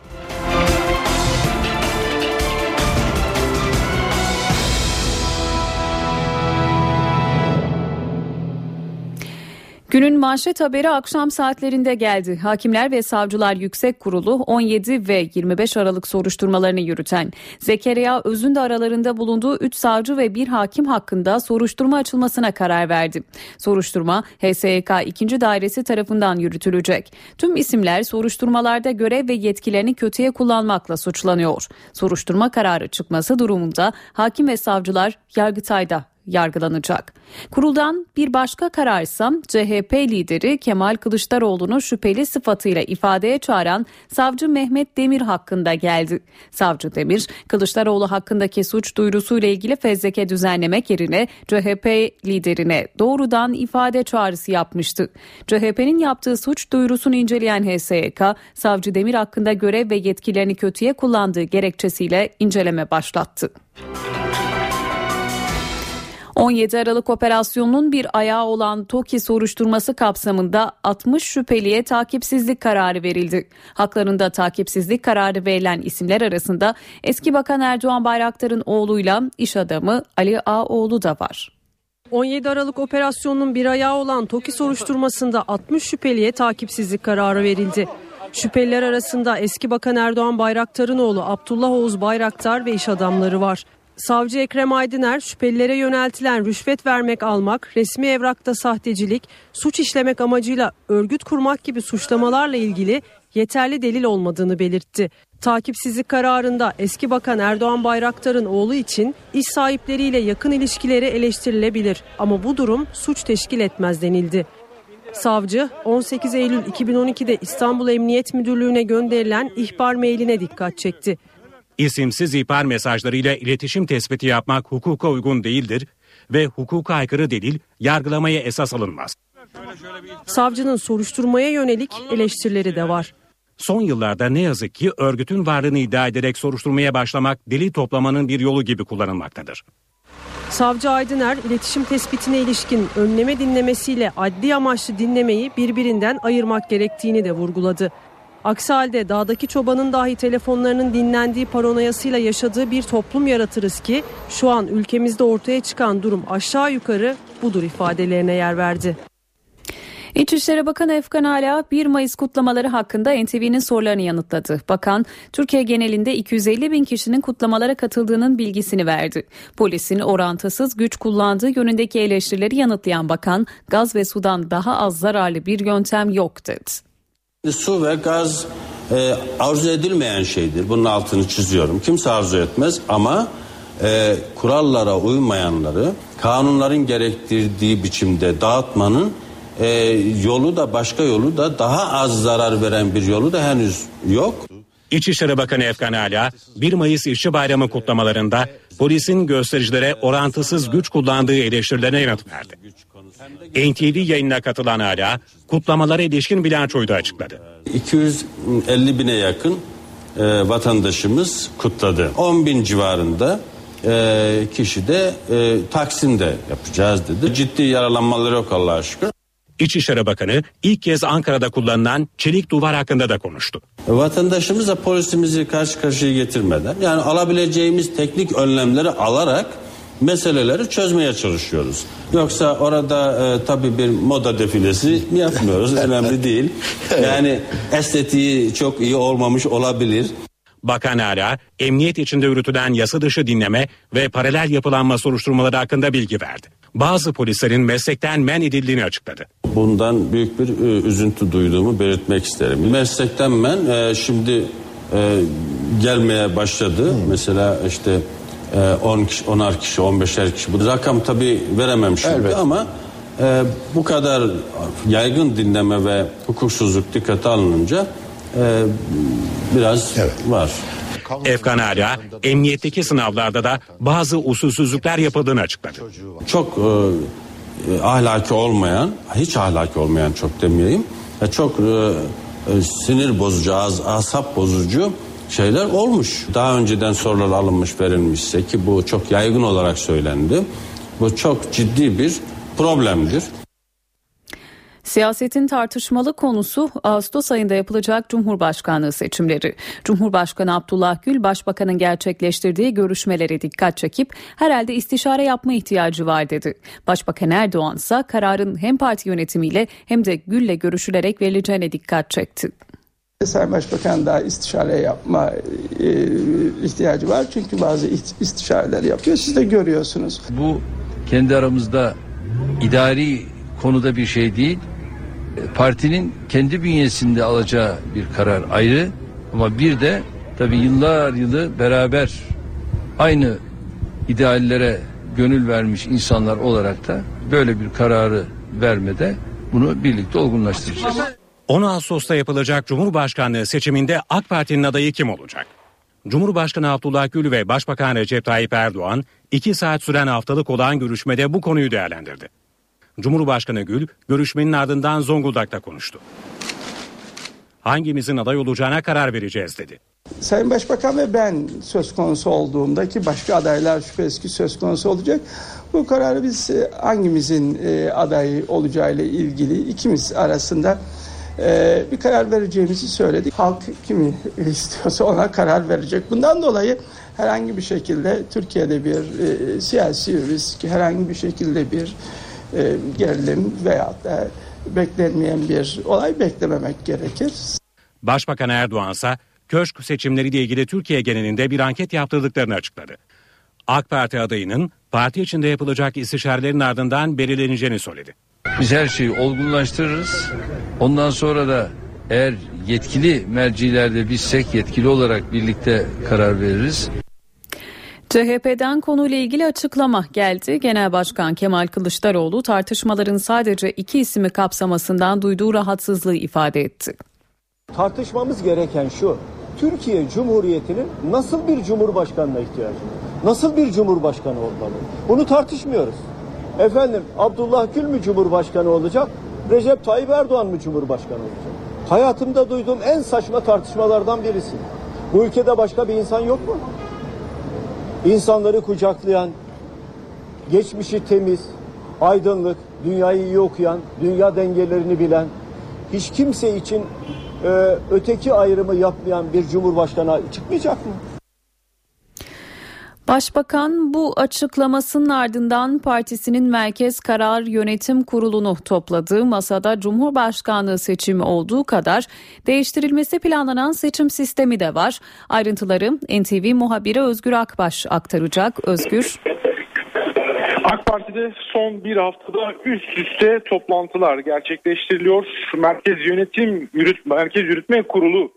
Günün manşet haberi akşam saatlerinde geldi. Hakimler ve Savcılar Yüksek Kurulu 17 ve 25 Aralık soruşturmalarını yürüten Zekeriya Öz'ün de aralarında bulunduğu 3 savcı ve 1 hakim hakkında soruşturma açılmasına karar verdi. Soruşturma HSYK 2. Dairesi tarafından yürütülecek. Tüm isimler soruşturmalarda görev ve yetkilerini kötüye kullanmakla suçlanıyor. Soruşturma kararı çıkması durumunda hakim ve savcılar Yargıtay'da yargılanacak. Kuruldan bir başka kararsa CHP lideri Kemal Kılıçdaroğlu'nu şüpheli sıfatıyla ifadeye çağıran savcı Mehmet Demir hakkında geldi. Savcı Demir, Kılıçdaroğlu hakkındaki suç duyurusuyla ilgili fezleke düzenlemek yerine CHP liderine doğrudan ifade çağrısı yapmıştı. CHP'nin yaptığı suç duyurusunu inceleyen HSYK, savcı Demir hakkında görev ve yetkilerini kötüye kullandığı gerekçesiyle inceleme başlattı. 17 Aralık operasyonunun bir ayağı olan TOKİ soruşturması kapsamında 60 şüpheliye takipsizlik kararı verildi. Haklarında takipsizlik kararı verilen isimler arasında eski Bakan Erdoğan Bayraktar'ın oğluyla iş adamı Ali Ağoğlu da var. 17 Aralık operasyonunun bir ayağı olan TOKİ soruşturmasında 60 şüpheliye takipsizlik kararı verildi. Şüpheliler arasında eski Bakan Erdoğan Bayraktar'ın oğlu Abdullah Oğuz Bayraktar ve iş adamları var. Savcı Ekrem Aydıner, şüphelilere yöneltilen rüşvet vermek almak, resmi evrakta sahtecilik, suç işlemek amacıyla örgüt kurmak gibi suçlamalarla ilgili yeterli delil olmadığını belirtti. Takipsizlik kararında eski Bakan Erdoğan Bayraktar'ın oğlu için iş sahipleriyle yakın ilişkileri eleştirilebilir ama bu durum suç teşkil etmez denildi. Savcı 18 Eylül 2012'de İstanbul Emniyet Müdürlüğü'ne gönderilen ihbar mailine dikkat çekti. İsimsiz ihbar mesajlarıyla iletişim tespiti yapmak hukuka uygun değildir ve hukuka aykırı delil yargılamaya esas alınmaz. Savcının soruşturmaya yönelik eleştirileri de var. Son yıllarda ne yazık ki örgütün varlığını iddia ederek soruşturmaya başlamak delil toplamanın bir yolu gibi kullanılmaktadır. Savcı Aydıner, iletişim tespitine ilişkin önleme dinlemesiyle adli amaçlı dinlemeyi birbirinden ayırmak gerektiğini de vurguladı. Aksi halde dağdaki çobanın dahi telefonlarının dinlendiği paranoyasıyla yaşadığı bir toplum yaratırız ki şu an ülkemizde ortaya çıkan durum aşağı yukarı budur ifadelerine yer verdi. İçişleri Bakanı Efkan Ala 1 Mayıs kutlamaları hakkında NTV'nin sorularını yanıtladı. Bakan, Türkiye genelinde 250 bin kişinin kutlamalara katıldığının bilgisini verdi. Polisin orantısız güç kullandığı yönündeki eleştirileri yanıtlayan bakan, gaz ve sudan daha az zararlı bir yöntem yok dedi. Su ve gaz arzu edilmeyen şeydir. Bunun altını çiziyorum. Kimse arzu etmez ama kurallara uymayanları kanunların gerektirdiği biçimde dağıtmanın yolu da başka yolu da daha az zarar veren bir yolu da henüz yok. İçişleri Bakanı Efkan Ala 1 Mayıs İşçi Bayramı kutlamalarında polisin göstericilere orantısız güç kullandığı eleştirilerine yanıt verdi. NTV yayınına katılan Ala kutlamalara ilişkin bilançoyu da açıkladı. 250 bine yakın vatandaşımız kutladı. 10 bin civarında kişi de Taksim'de yapacağız dedi. Ciddi yaralanmaları yok Allah'a şükür. İçişleri Bakanı ilk kez Ankara'da kullanılan çelik duvar hakkında da konuştu. Vatandaşımızla polisimizi karşı karşıya getirmeden yani alabileceğimiz teknik önlemleri alarak meseleleri çözmeye çalışıyoruz. Yoksa orada tabii bir moda defilesi yapmıyoruz. Önemli değil. Yani estetiği çok iyi olmamış olabilir. Bakan Ala, emniyet içinde yürütülen yasa dışı dinleme ve paralel yapılanma soruşturmaları hakkında bilgi verdi. Bazı polislerin meslekten men edildiğini açıkladı. Bundan büyük bir üzüntü duyduğumu belirtmek isterim. Meslekten men şimdi gelmeye başladı. Mesela işte 10'ar kişi, 15'er kişi. Bu rakam tabii veremem şimdi evet. Ama bu kadar yaygın dinleme ve hukuksuzluk dikkate alınınca biraz evet. Var. Efkan Ala, emniyetteki sınavlarda da bazı usulsüzlükler yapıldığını açıkladı. Çok ahlaki olmayan, hiç ahlaki olmayan çok demeyeyim, çok sinir bozucu, asap bozucu şeyler olmuş. Daha önceden sorular alınmış, verilmişse ki bu çok yaygın olarak söylendi. Bu çok ciddi bir problemdir. Siyasetin tartışmalı konusu Ağustos ayında yapılacak Cumhurbaşkanlığı seçimleri. Cumhurbaşkanı Abdullah Gül, Başbakanın gerçekleştirdiği görüşmelere dikkat çekip herhalde istişare yapma ihtiyacı var dedi. Başbakan Erdoğan ise kararın hem parti yönetimiyle hem de Gül'le görüşülerek verileceğine dikkat çekti. Sayın Başbakan daha istişare yapma ihtiyacı var çünkü bazı istişareler yapıyor. Siz de görüyorsunuz. Bu kendi aramızda idari konuda bir şey değil. Partinin kendi bünyesinde alacağı bir karar ayrı ama bir de tabii yıllar yılı beraber aynı ideallere gönül vermiş insanlar olarak da böyle bir kararı vermede bunu birlikte olgunlaştıracağız. 10 Ağustos'ta yapılacak Cumhurbaşkanlığı seçiminde AK Parti'nin adayı kim olacak? Cumhurbaşkanı Abdullah Gül ve Başbakan Recep Tayyip Erdoğan 2 saat süren haftalık olan görüşmede bu konuyu değerlendirdi. Cumhurbaşkanı Gül görüşmenin ardından Zonguldak'ta konuştu. Hangimizin aday olacağına karar vereceğiz dedi. Sayın Başbakan ve ben söz konusu olduğumda ki başka adaylar şüphesiz ki söz konusu olacak. Bu kararı biz hangimizin aday olacağıyla ilgili ikimiz arasında bir karar vereceğimizi söyledik. Halk kimi istiyorsa ona karar verecek. Bundan dolayı herhangi bir şekilde Türkiye'de bir siyasi risk, herhangi bir şekilde bir gerilim veyahut da beklenmeyen bir olay beklememek gerekir. Başbakan Erdoğan ise köşk seçimleriyle ilgili Türkiye genelinde bir anket yaptırdıklarını açıkladı. AK Parti adayının parti içinde yapılacak istişarelerin ardından belirleneceğini söyledi. Biz her şeyi olgunlaştırırız. Ondan sonra da eğer yetkili mercilerde bizsek yetkili olarak birlikte karar veririz. CHP'den konuyla ilgili açıklama geldi. Genel Başkan Kemal Kılıçdaroğlu tartışmaların sadece 2 ismi kapsamasından duyduğu rahatsızlığı ifade etti. Tartışmamız gereken şu: Türkiye Cumhuriyeti'nin nasıl bir cumhurbaşkanına ihtiyacı var? Nasıl bir cumhurbaşkanı olmalı? Bunu tartışmıyoruz. Efendim, Abdullah Gül mü cumhurbaşkanı olacak? Recep Tayyip Erdoğan mı cumhurbaşkanı olacak? Hayatımda duyduğum en saçma tartışmalardan birisi. Bu ülkede başka bir insan yok mu? İnsanları kucaklayan, geçmişi temiz, aydınlık, dünyayı iyi okuyan, dünya dengelerini bilen, hiç kimse için öteki ayrımı yapmayan bir cumhurbaşkanı çıkmayacak mı? Başbakan bu açıklamasının ardından partisinin Merkez Karar Yönetim Kurulu'nu topladığı masada Cumhurbaşkanlığı seçimi olduğu kadar değiştirilmesi planlanan seçim sistemi de var. Ayrıntıları NTV muhabiri Özgür Akbaş aktaracak. Özgür. AK Parti'de son bir haftada üst üste toplantılar gerçekleştiriliyor. Merkez Yürütme Kurulu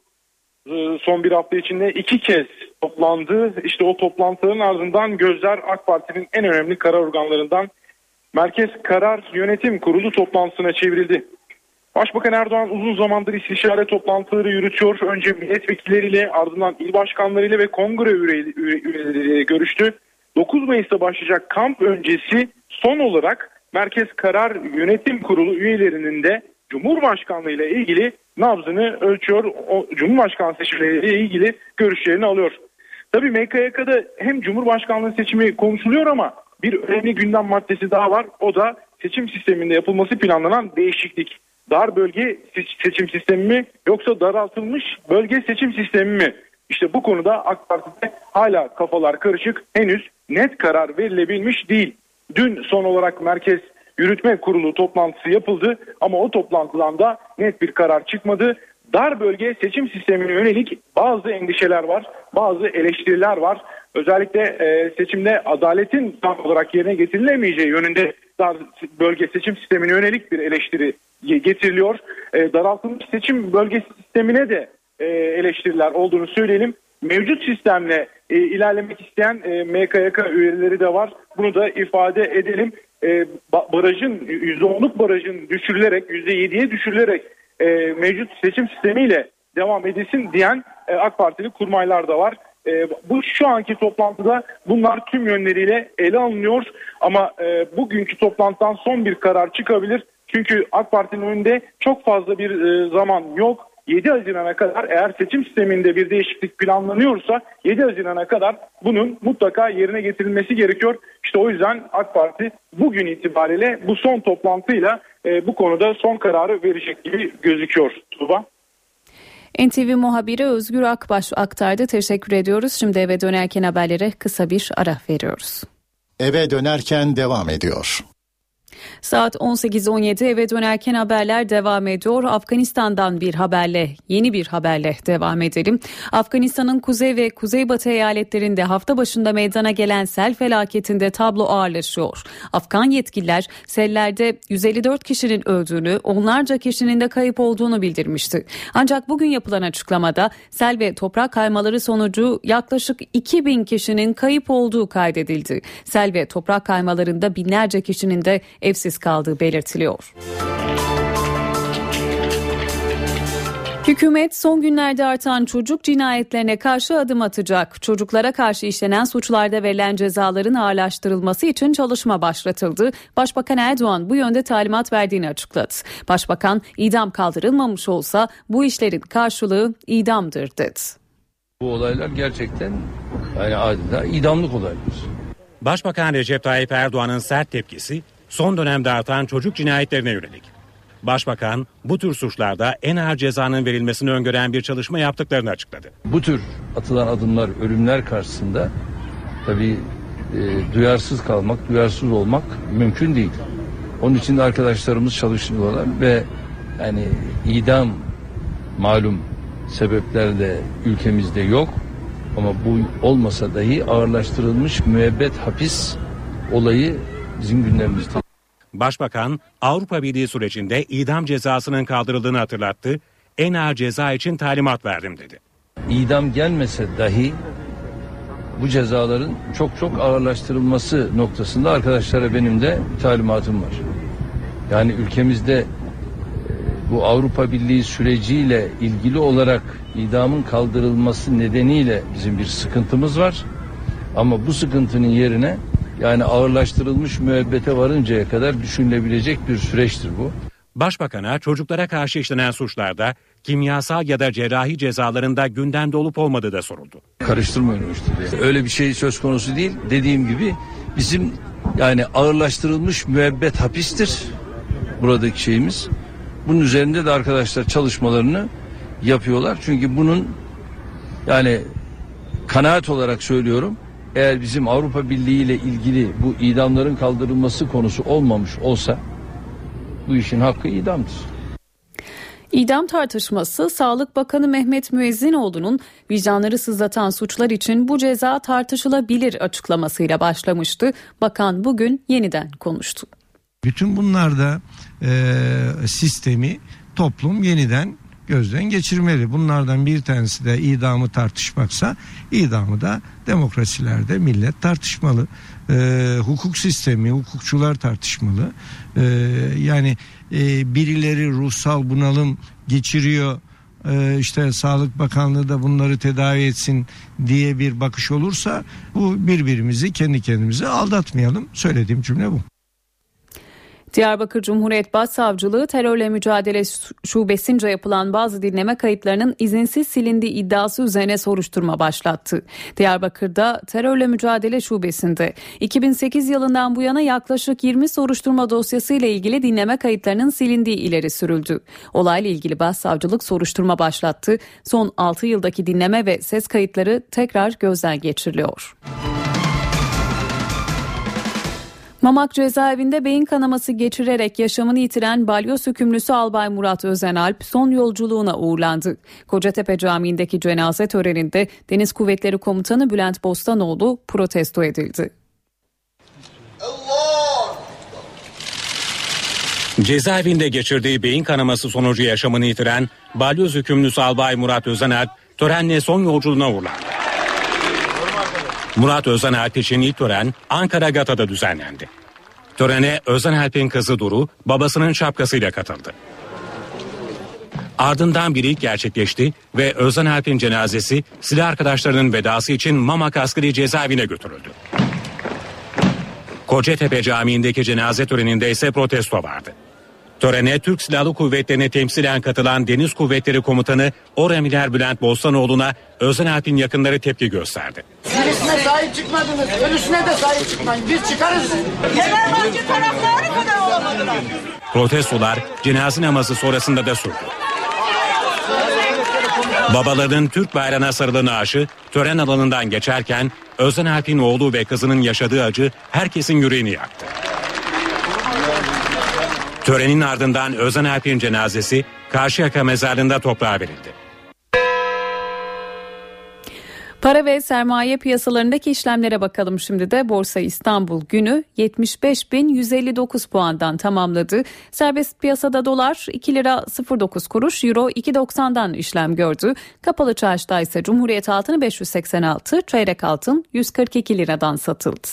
son bir hafta içinde 2 kez toplandı. İşte o toplantıların ardından gözler AK Parti'nin en önemli karar organlarından Merkez Karar Yönetim Kurulu toplantısına çevrildi. Başbakan Erdoğan uzun zamandır istişare toplantıları yürütüyor. Önce milletvekilleriyle, ardından il başkanlarıyla ve kongre üyeleriyle görüştü. 9 Mayıs'ta başlayacak kamp öncesi son olarak Merkez Karar Yönetim Kurulu üyelerinin de Cumhurbaşkanlığı ile ilgili nabzını ölçüyor. O Cumhurbaşkanlığı seçimleriyle ilgili görüşlerini alıyor. Tabii MKYK'da hem Cumhurbaşkanlığı seçimi konuşuluyor ama bir önemli gündem maddesi daha var. O da seçim sisteminde yapılması planlanan değişiklik. Dar bölge seçim sistemi mi yoksa daraltılmış bölge seçim sistemi mi? İşte bu konuda AK Parti'de hala kafalar karışık. Henüz net karar verilebilmiş değil. Dün son olarak Merkez Yürütme Kurulu toplantısı yapıldı ama o toplantıdan da net bir karar çıkmadı. Dar bölge seçim sistemine yönelik bazı endişeler var, bazı eleştiriler var. Özellikle seçimde adaletin tam olarak yerine getirilemeyeceği yönünde dar bölge seçim sistemine yönelik bir eleştiri getiriliyor. Daraltılmış seçim bölge sistemine de eleştiriler olduğunu söyleyelim. Mevcut sistemle ilerlemek isteyen MKYK üyeleri de var. Bunu da ifade edelim. Barajın %10'luk barajın düşürülerek %7'ye düşürülerek mevcut seçim sistemiyle devam edilsin diyen AK Partili kurmaylar da var. Bu şu anki toplantıda bunlar tüm yönleriyle ele alınıyor ama bugünkü toplantıdan son bir karar çıkabilir. Çünkü AK Parti'nin önünde çok fazla bir zaman yok. 7 Haziran'a kadar eğer seçim sisteminde bir değişiklik planlanıyorsa 7 Haziran'a kadar bunun mutlaka yerine getirilmesi gerekiyor. İşte o yüzden AK Parti bugün itibariyle bu son toplantıyla bu konuda son kararı verecek gibi gözüküyor. Tuğba. NTV muhabiri Özgür Akbaş aktardı. Teşekkür ediyoruz. Şimdi eve dönerken haberlere kısa bir ara veriyoruz. Eve dönerken devam ediyor. Saat 18.17 eve dönerken haberler devam ediyor. Afganistan'dan yeni bir haberle devam edelim. Afganistan'ın kuzey ve kuzeybatı eyaletlerinde hafta başında meydana gelen sel felaketinde tablo ağırlaşıyor. Afgan yetkililer sellerde 154 kişinin öldüğünü, onlarca kişinin de kayıp olduğunu bildirmişti. Ancak bugün yapılan açıklamada sel ve toprak kaymaları sonucu yaklaşık 2000 kişinin kayıp olduğu kaydedildi. Sel ve toprak kaymalarında binlerce kişinin de evsiz kaldığı belirtiliyor. Hükümet son günlerde artan çocuk cinayetlerine karşı adım atacak. Çocuklara karşı işlenen suçlarda verilen cezaların ağırlaştırılması için çalışma başlatıldı. Başbakan Erdoğan bu yönde talimat verdiğini açıkladı. Başbakan idam kaldırılmamış olsa bu işlerin karşılığı idamdır dedi. Bu olaylar gerçekten adeta idamlık olaylar. Başbakan Recep Tayyip Erdoğan'ın sert tepkisi son dönemde artan çocuk cinayetlerine yönelik. Başbakan bu tür suçlarda en ağır cezanın verilmesini öngören bir çalışma yaptıklarını açıkladı. Bu tür atılan adımlar, ölümler karşısında tabii duyarsız kalmak, duyarsız olmak mümkün değil. Onun için de arkadaşlarımız çalışıyorlar ve yani idam malum sebeplerle ülkemizde yok. Ama bu olmasa dahi ağırlaştırılmış müebbet hapis olayı bizim gündemimizde. Başbakan Avrupa Birliği sürecinde idam cezasının kaldırıldığını hatırlattı. En ağır ceza için talimat verdim dedi. İdam gelmese dahi bu cezaların çok ağırlaştırılması noktasında arkadaşlara benim de talimatım var. Yani ülkemizde bu Avrupa Birliği süreciyle ilgili olarak idamın kaldırılması nedeniyle bizim bir sıkıntımız var. Ama bu sıkıntının yerine yani ağırlaştırılmış müebbete varıncaya kadar düşünülebilecek bir süreçtir bu. Başbakan'a çocuklara karşı işlenen suçlarda kimyasal ya da cerrahi cezalarında gündemde olup olmadığı da soruldu. Karıştırmayın o işte. Öyle bir şey söz konusu değil. Dediğim gibi bizim yani ağırlaştırılmış müebbet hapistir buradaki şeyimiz. Bunun üzerinde de arkadaşlar çalışmalarını yapıyorlar. Çünkü bunun yani kanaat olarak söylüyorum, eğer bizim Avrupa Birliği ile ilgili bu idamların kaldırılması konusu olmamış olsa bu işin hakkı idamdır. İdam tartışması Sağlık Bakanı Mehmet Müezzinoğlu'nun vicdanları sızlatan suçlar için bu ceza tartışılabilir açıklamasıyla başlamıştı. Bakan bugün yeniden konuştu. Bütün bunlarda sistemi toplum yeniden gözden geçirmeli. Bunlardan bir tanesi de idamı tartışmaksa idamı da demokrasilerde millet tartışmalı. Hukuk sistemi, hukukçular tartışmalı. Yani birileri ruhsal bunalım geçiriyor, işte Sağlık Bakanlığı da bunları tedavi etsin diye bir bakış olursa bu birbirimizi kendi kendimize aldatmayalım. Söylediğim cümle bu. Diyarbakır Cumhuriyet Başsavcılığı Terörle Mücadele Şubesince yapılan bazı dinleme kayıtlarının izinsiz silindiği iddiası üzerine soruşturma başlattı. Diyarbakır'da Terörle Mücadele Şubesi'nde 2008 yılından bu yana yaklaşık 20 soruşturma dosyası ile ilgili dinleme kayıtlarının silindiği ileri sürüldü. Olayla ilgili Başsavcılık soruşturma başlattı. Son 6 yıldaki dinleme ve ses kayıtları tekrar gözden geçiriliyor. Mamak cezaevinde beyin kanaması geçirerek yaşamını yitiren balyoz hükümlüsü Albay Murat Özenalp son yolculuğuna uğurlandı. Kocatepe Camii'ndeki cenaze töreninde Deniz Kuvvetleri Komutanı Bülent Bostanoğlu protesto edildi. Cezaevinde geçirdiği beyin kanaması sonucu yaşamını yitiren balyoz hükümlüsü Albay Murat Özenalp törenle son yolculuğuna uğurlandı. Murat Özenalp için ilk tören Ankara Gata'da düzenlendi. Törene Özenalp'in kızı Duru babasının şapkasıyla katıldı. Ardından bir ilk gerçekleşti ve Özenalp'in cenazesi silah arkadaşlarının vedası için Mamak Askeri Cezaevine götürüldü. Kocatepe Camii'ndeki cenaze töreninde ise protesto vardı. Törene Türk Silahlı Kuvvetleri'ne temsilen katılan Deniz Kuvvetleri Komutanı Oramiler Bülent Bostanoğlu'na Özenalp'in yakınları tepki gösterdi. Birisine sahip çıkmadınız, ölüsüne de sahip çıkmayın. Biz çıkarız. Fenerbahçe taraftarı kadar olamadılar. Protestolar cenaze namazı sonrasında da sürdü. Babaların Türk bayrağına sarılı naaşı tören alanından geçerken Özenalp'in oğlu ve kızının yaşadığı acı herkesin yüreğini yaktı. Törenin ardından Özenalp'in cenazesi Karşıyaka mezarlığında toprağa verildi. Para ve sermaye piyasalarındaki işlemlere bakalım şimdi de. Borsa İstanbul günü 75.159 puandan tamamladı. Serbest piyasada dolar 2 lira 09 kuruş, euro 2.90'dan işlem gördü. Kapalı çarşıda ise Cumhuriyet altını 586, çeyrek altın 142 liradan satıldı.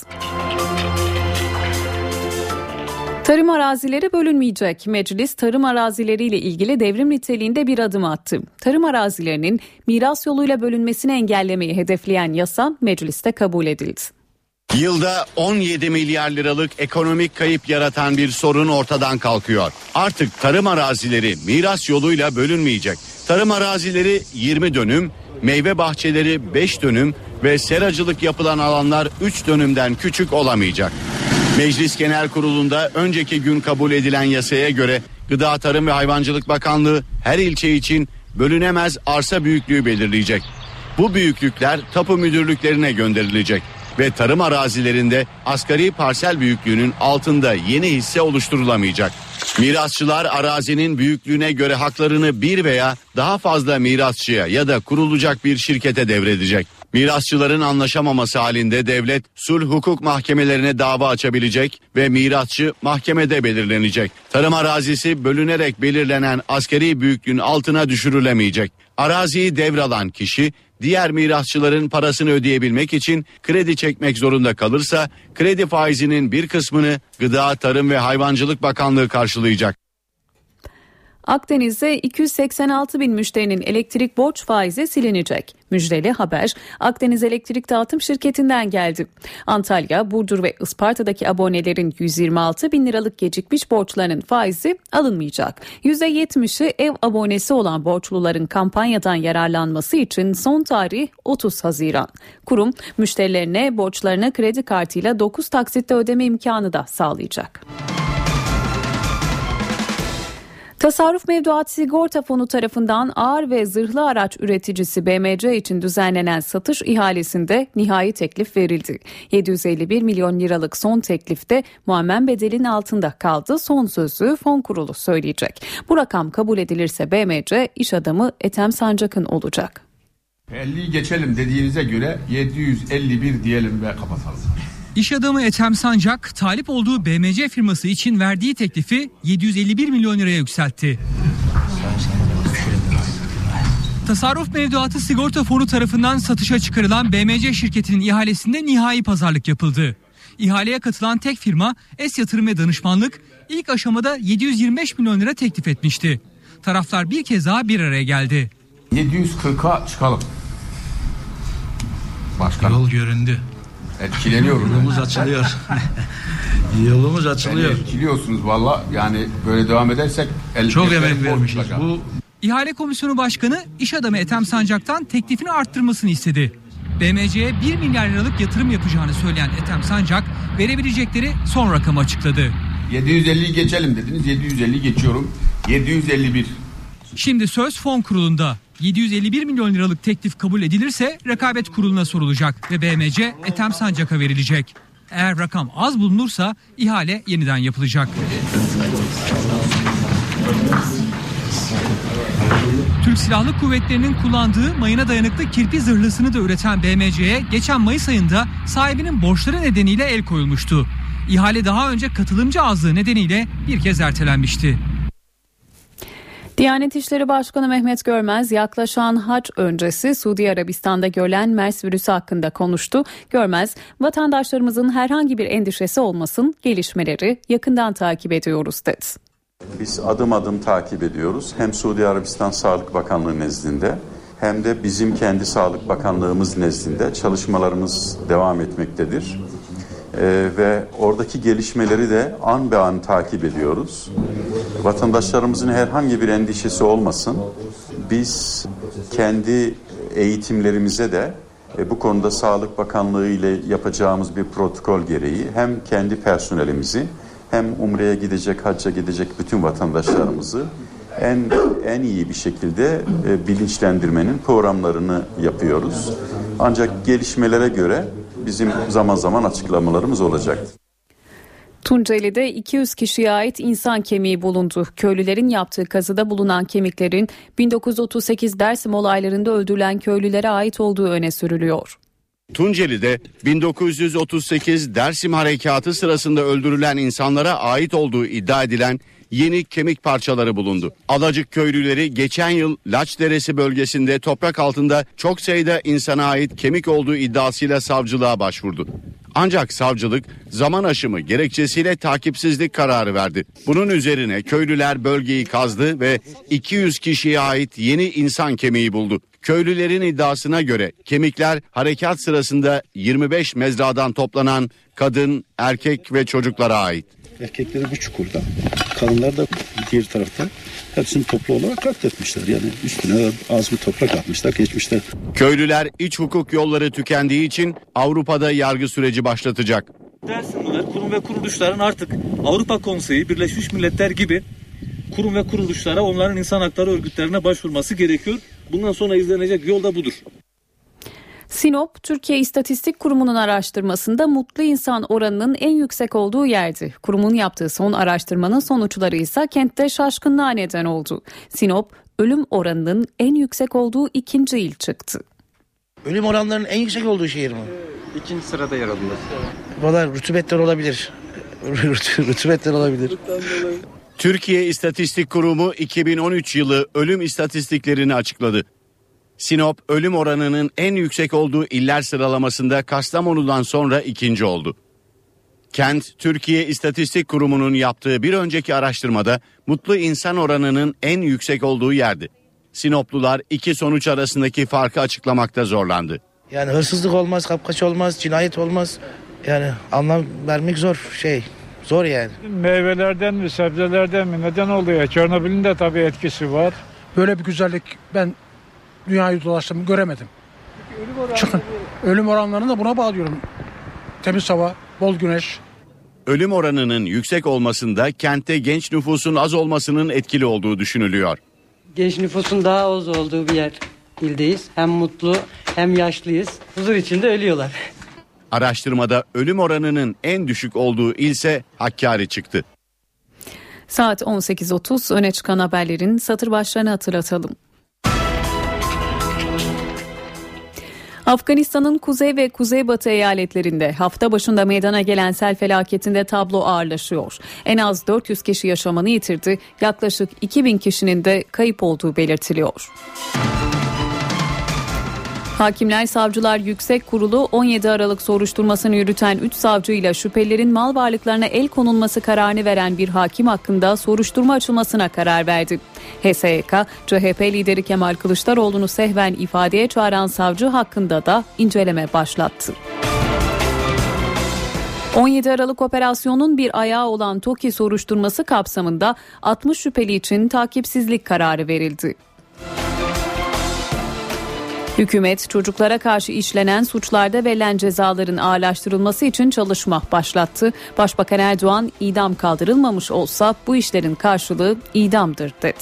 Tarım arazileri bölünmeyecek. Meclis tarım arazileriyle ilgili devrim niteliğinde bir adım attı. Tarım arazilerinin miras yoluyla bölünmesini engellemeyi hedefleyen yasa mecliste kabul edildi. Yılda 17 milyar liralık ekonomik kayıp yaratan bir sorun ortadan kalkıyor. Artık tarım arazileri miras yoluyla bölünmeyecek. Tarım arazileri 20 dönüm, meyve bahçeleri 5 dönüm ve seracılık yapılan alanlar 3 dönümden küçük olamayacak. Meclis Genel Kurulu'nda önceki gün kabul edilen yasaya göre Gıda Tarım ve Hayvancılık Bakanlığı her ilçe için bölünemez arsa büyüklüğü belirleyecek. Bu büyüklükler tapu müdürlüklerine gönderilecek ve tarım arazilerinde asgari parsel büyüklüğünün altında yeni hisse oluşturulamayacak. Mirasçılar arazinin büyüklüğüne göre haklarını bir veya daha fazla mirasçıya ya da kurulacak bir şirkete devredecek. Mirasçıların anlaşamaması halinde devlet sulh hukuk mahkemelerine dava açabilecek ve mirasçı mahkemede belirlenecek. Tarım arazisi bölünerek belirlenen asgari büyüklüğün altına düşürülemeyecek. Araziyi devralan kişi diğer mirasçıların parasını ödeyebilmek için kredi çekmek zorunda kalırsa kredi faizinin bir kısmını Gıda, Tarım ve Hayvancılık Bakanlığı karşılayacak. Akdeniz'de 286 bin müşterinin elektrik borç faizi silinecek. Müjdeli haber Akdeniz Elektrik Dağıtım Şirketi'nden geldi. Antalya, Burdur ve Isparta'daki abonelerin 126 bin liralık gecikmiş borçlarının faizi alınmayacak. %70'i ev abonesi olan borçluların kampanyadan yararlanması için son tarih 30 Haziran. Kurum müşterilerine borçlarını kredi kartıyla 9 taksitte ödeme imkanı da sağlayacak. Tasarruf Mevduat Sigorta Fonu tarafından ağır ve zırhlı araç üreticisi BMC için düzenlenen satış ihalesinde nihai teklif verildi. 751 milyon liralık son teklifte muammen bedelin altında kaldı. Son sözü fon kurulu söyleyecek. Bu rakam kabul edilirse BMC iş adamı Ethem Sancak'ın olacak. 50'yi geçelim dediğinize göre 751 diyelim ve kapatalım. İş adamı Ethem Sancak, talip olduğu BMC firması için verdiği teklifi 751 milyon liraya yükseltti. Tasarruf Mevduatı Sigorta Fonu tarafından satışa çıkarılan BMC şirketinin ihalesinde nihai pazarlık yapıldı. İhaleye katılan tek firma Es Yatırım ve Danışmanlık ilk aşamada 725 milyon lira teklif etmişti. Taraflar bir kez daha bir araya geldi. 740'a çıkalım. Başkan. Yol göründü. Etkileniyorum. Yolumuz açılıyor. Yolumuz açılıyor. Beni etkiliyorsunuz valla. Yani böyle devam edersek çok emek vermişiz. Bu İhale Komisyonu Başkanı iş adamı Ethem Sancak'tan teklifini arttırmasını istedi. BMC'ye 1 milyar liralık yatırım yapacağını söyleyen Ethem Sancak verebilecekleri son rakamı açıkladı. 750'yi geçelim dediniz. 750'yi geçiyorum. 751. Şimdi söz fon kurulunda. 751 milyon liralık teklif kabul edilirse rekabet kuruluna sorulacak ve BMC Ethem Sancak'a verilecek. Eğer rakam az bulunursa ihale yeniden yapılacak. Türk Silahlı Kuvvetleri'nin kullandığı mayına dayanıklı kirpi zırhlısını da üreten BMC'ye geçen Mayıs ayında sahibinin borçları nedeniyle el koyulmuştu. İhale daha önce katılımcı azlığı nedeniyle bir kez ertelenmişti. Diyanet İşleri Başkanı Mehmet Görmez yaklaşan hac öncesi Suudi Arabistan'da görülen MERS virüsü hakkında konuştu. Görmez, vatandaşlarımızın herhangi bir endişesi olmasın, gelişmeleri yakından takip ediyoruz dedi. Biz adım adım takip ediyoruz. Hem Suudi Arabistan Sağlık Bakanlığı nezdinde hem de bizim kendi Sağlık Bakanlığımız nezdinde çalışmalarımız devam etmektedir. Ve oradaki gelişmeleri de an be an takip ediyoruz. Vatandaşlarımızın herhangi bir endişesi olmasın. Biz kendi eğitimlerimize de bu konuda Sağlık Bakanlığı ile yapacağımız bir protokol gereği hem kendi personelimizi hem Umre'ye gidecek, hacca gidecek bütün vatandaşlarımızı en iyi bir şekilde bilinçlendirmenin programlarını yapıyoruz. Ancak gelişmelere göre bizim zaman zaman açıklamalarımız olacak. Tunceli'de 200 kişiye ait insan kemiği bulundu. Köylülerin yaptığı kazıda bulunan kemiklerin 1938 Dersim olaylarında öldürülen köylülere ait olduğu öne sürülüyor. Tunceli'de 1938 Dersim Harekatı sırasında öldürülen insanlara ait olduğu iddia edilen yeni kemik parçaları bulundu. Alacık köylüleri geçen yıl Laçderesi bölgesinde toprak altında çok sayıda insana ait kemik olduğu iddiasıyla savcılığa başvurdu. Ancak savcılık zaman aşımı gerekçesiyle takipsizlik kararı verdi. Bunun üzerine köylüler bölgeyi kazdı ve 200 kişiye ait yeni insan kemiği buldu. Köylülerin iddiasına göre kemikler harekat sırasında 25 mezradan toplanan kadın, erkek ve çocuklara ait. Erkekleri bu çukurda, kadınlar da diğer tarafta hepsini toplu olarak katletmişler. Yani üstüne az bir toprak atmışlar, geçmişler. Köylüler iç hukuk yolları tükendiği için Avrupa'da yargı süreci başlatacak. Dersimliler, kurum ve kuruluşların artık Avrupa Konseyi, Birleşmiş Milletler gibi kurum ve kuruluşlara, onların insan hakları örgütlerine başvurması gerekiyor. Bundan sonra izlenecek yol da budur. Sinop, Türkiye İstatistik Kurumu'nun araştırmasında mutlu insan oranının en yüksek olduğu yerdi. Kurumun yaptığı son araştırmanın sonuçları ise kentte şaşkınlığa neden oldu. Sinop, ölüm oranının en yüksek olduğu ikinci il çıktı. Ölüm oranlarının en yüksek olduğu şehir mi? İkinci sırada yer alıyor. Valla rutubetler olabilir. Rutubetler olabilir. Türkiye İstatistik Kurumu 2013 yılı ölüm istatistiklerini açıkladı. Sinop ölüm oranının en yüksek olduğu iller sıralamasında Kastamonu'dan sonra ikinci oldu. Kent, Türkiye İstatistik Kurumu'nun yaptığı bir önceki araştırmada mutlu insan oranının en yüksek olduğu yerdi. Sinoplular iki sonuç arasındaki farkı açıklamakta zorlandı. Yani hırsızlık olmaz, kapkaç olmaz, cinayet olmaz. Yani anlam vermek zor yani. Meyvelerden mi, sebzelerden mi, neden oluyor? Çernobil'in de tabii etkisi var. Böyle bir güzellik ben dünyayı dolaştım, göremedim. Çıkın. Ölüm oranlarını da buna bağlıyorum. Temiz hava, bol güneş. Ölüm oranının yüksek olmasında kentte genç nüfusun az olmasının etkili olduğu düşünülüyor. Genç nüfusun daha az olduğu bir ildeyiz. Hem mutlu hem yaşlıyız. Huzur içinde ölüyorlar. Araştırmada ölüm oranının en düşük olduğu ilse Hakkari çıktı. Saat 18.30 öne çıkan haberlerin satır başlarını hatırlatalım. Afganistan'ın kuzey ve kuzeybatı eyaletlerinde hafta başında meydana gelen sel felaketinde tablo ağırlaşıyor. En az 400 kişi yaşamını yitirdi, yaklaşık 2000 kişinin de kayıp olduğu belirtiliyor. Hakimler Savcılar Yüksek Kurulu 17 Aralık soruşturmasını yürüten 3 savcıyla şüphelilerin mal varlıklarına el konulması kararını veren bir hakim hakkında soruşturma açılmasına karar verdi. HSYK, CHP lideri Kemal Kılıçdaroğlu'nu sehven ifadeye çağıran savcı hakkında da inceleme başlattı. 17 Aralık operasyonun bir ayağı olan TOKİ soruşturması kapsamında 60 şüpheli için takipsizlik kararı verildi. Hükümet çocuklara karşı işlenen suçlarda verilen cezaların ağırlaştırılması için çalışma başlattı. Başbakan Erdoğan, idam kaldırılmamış olsa bu işlerin karşılığı idamdır dedi.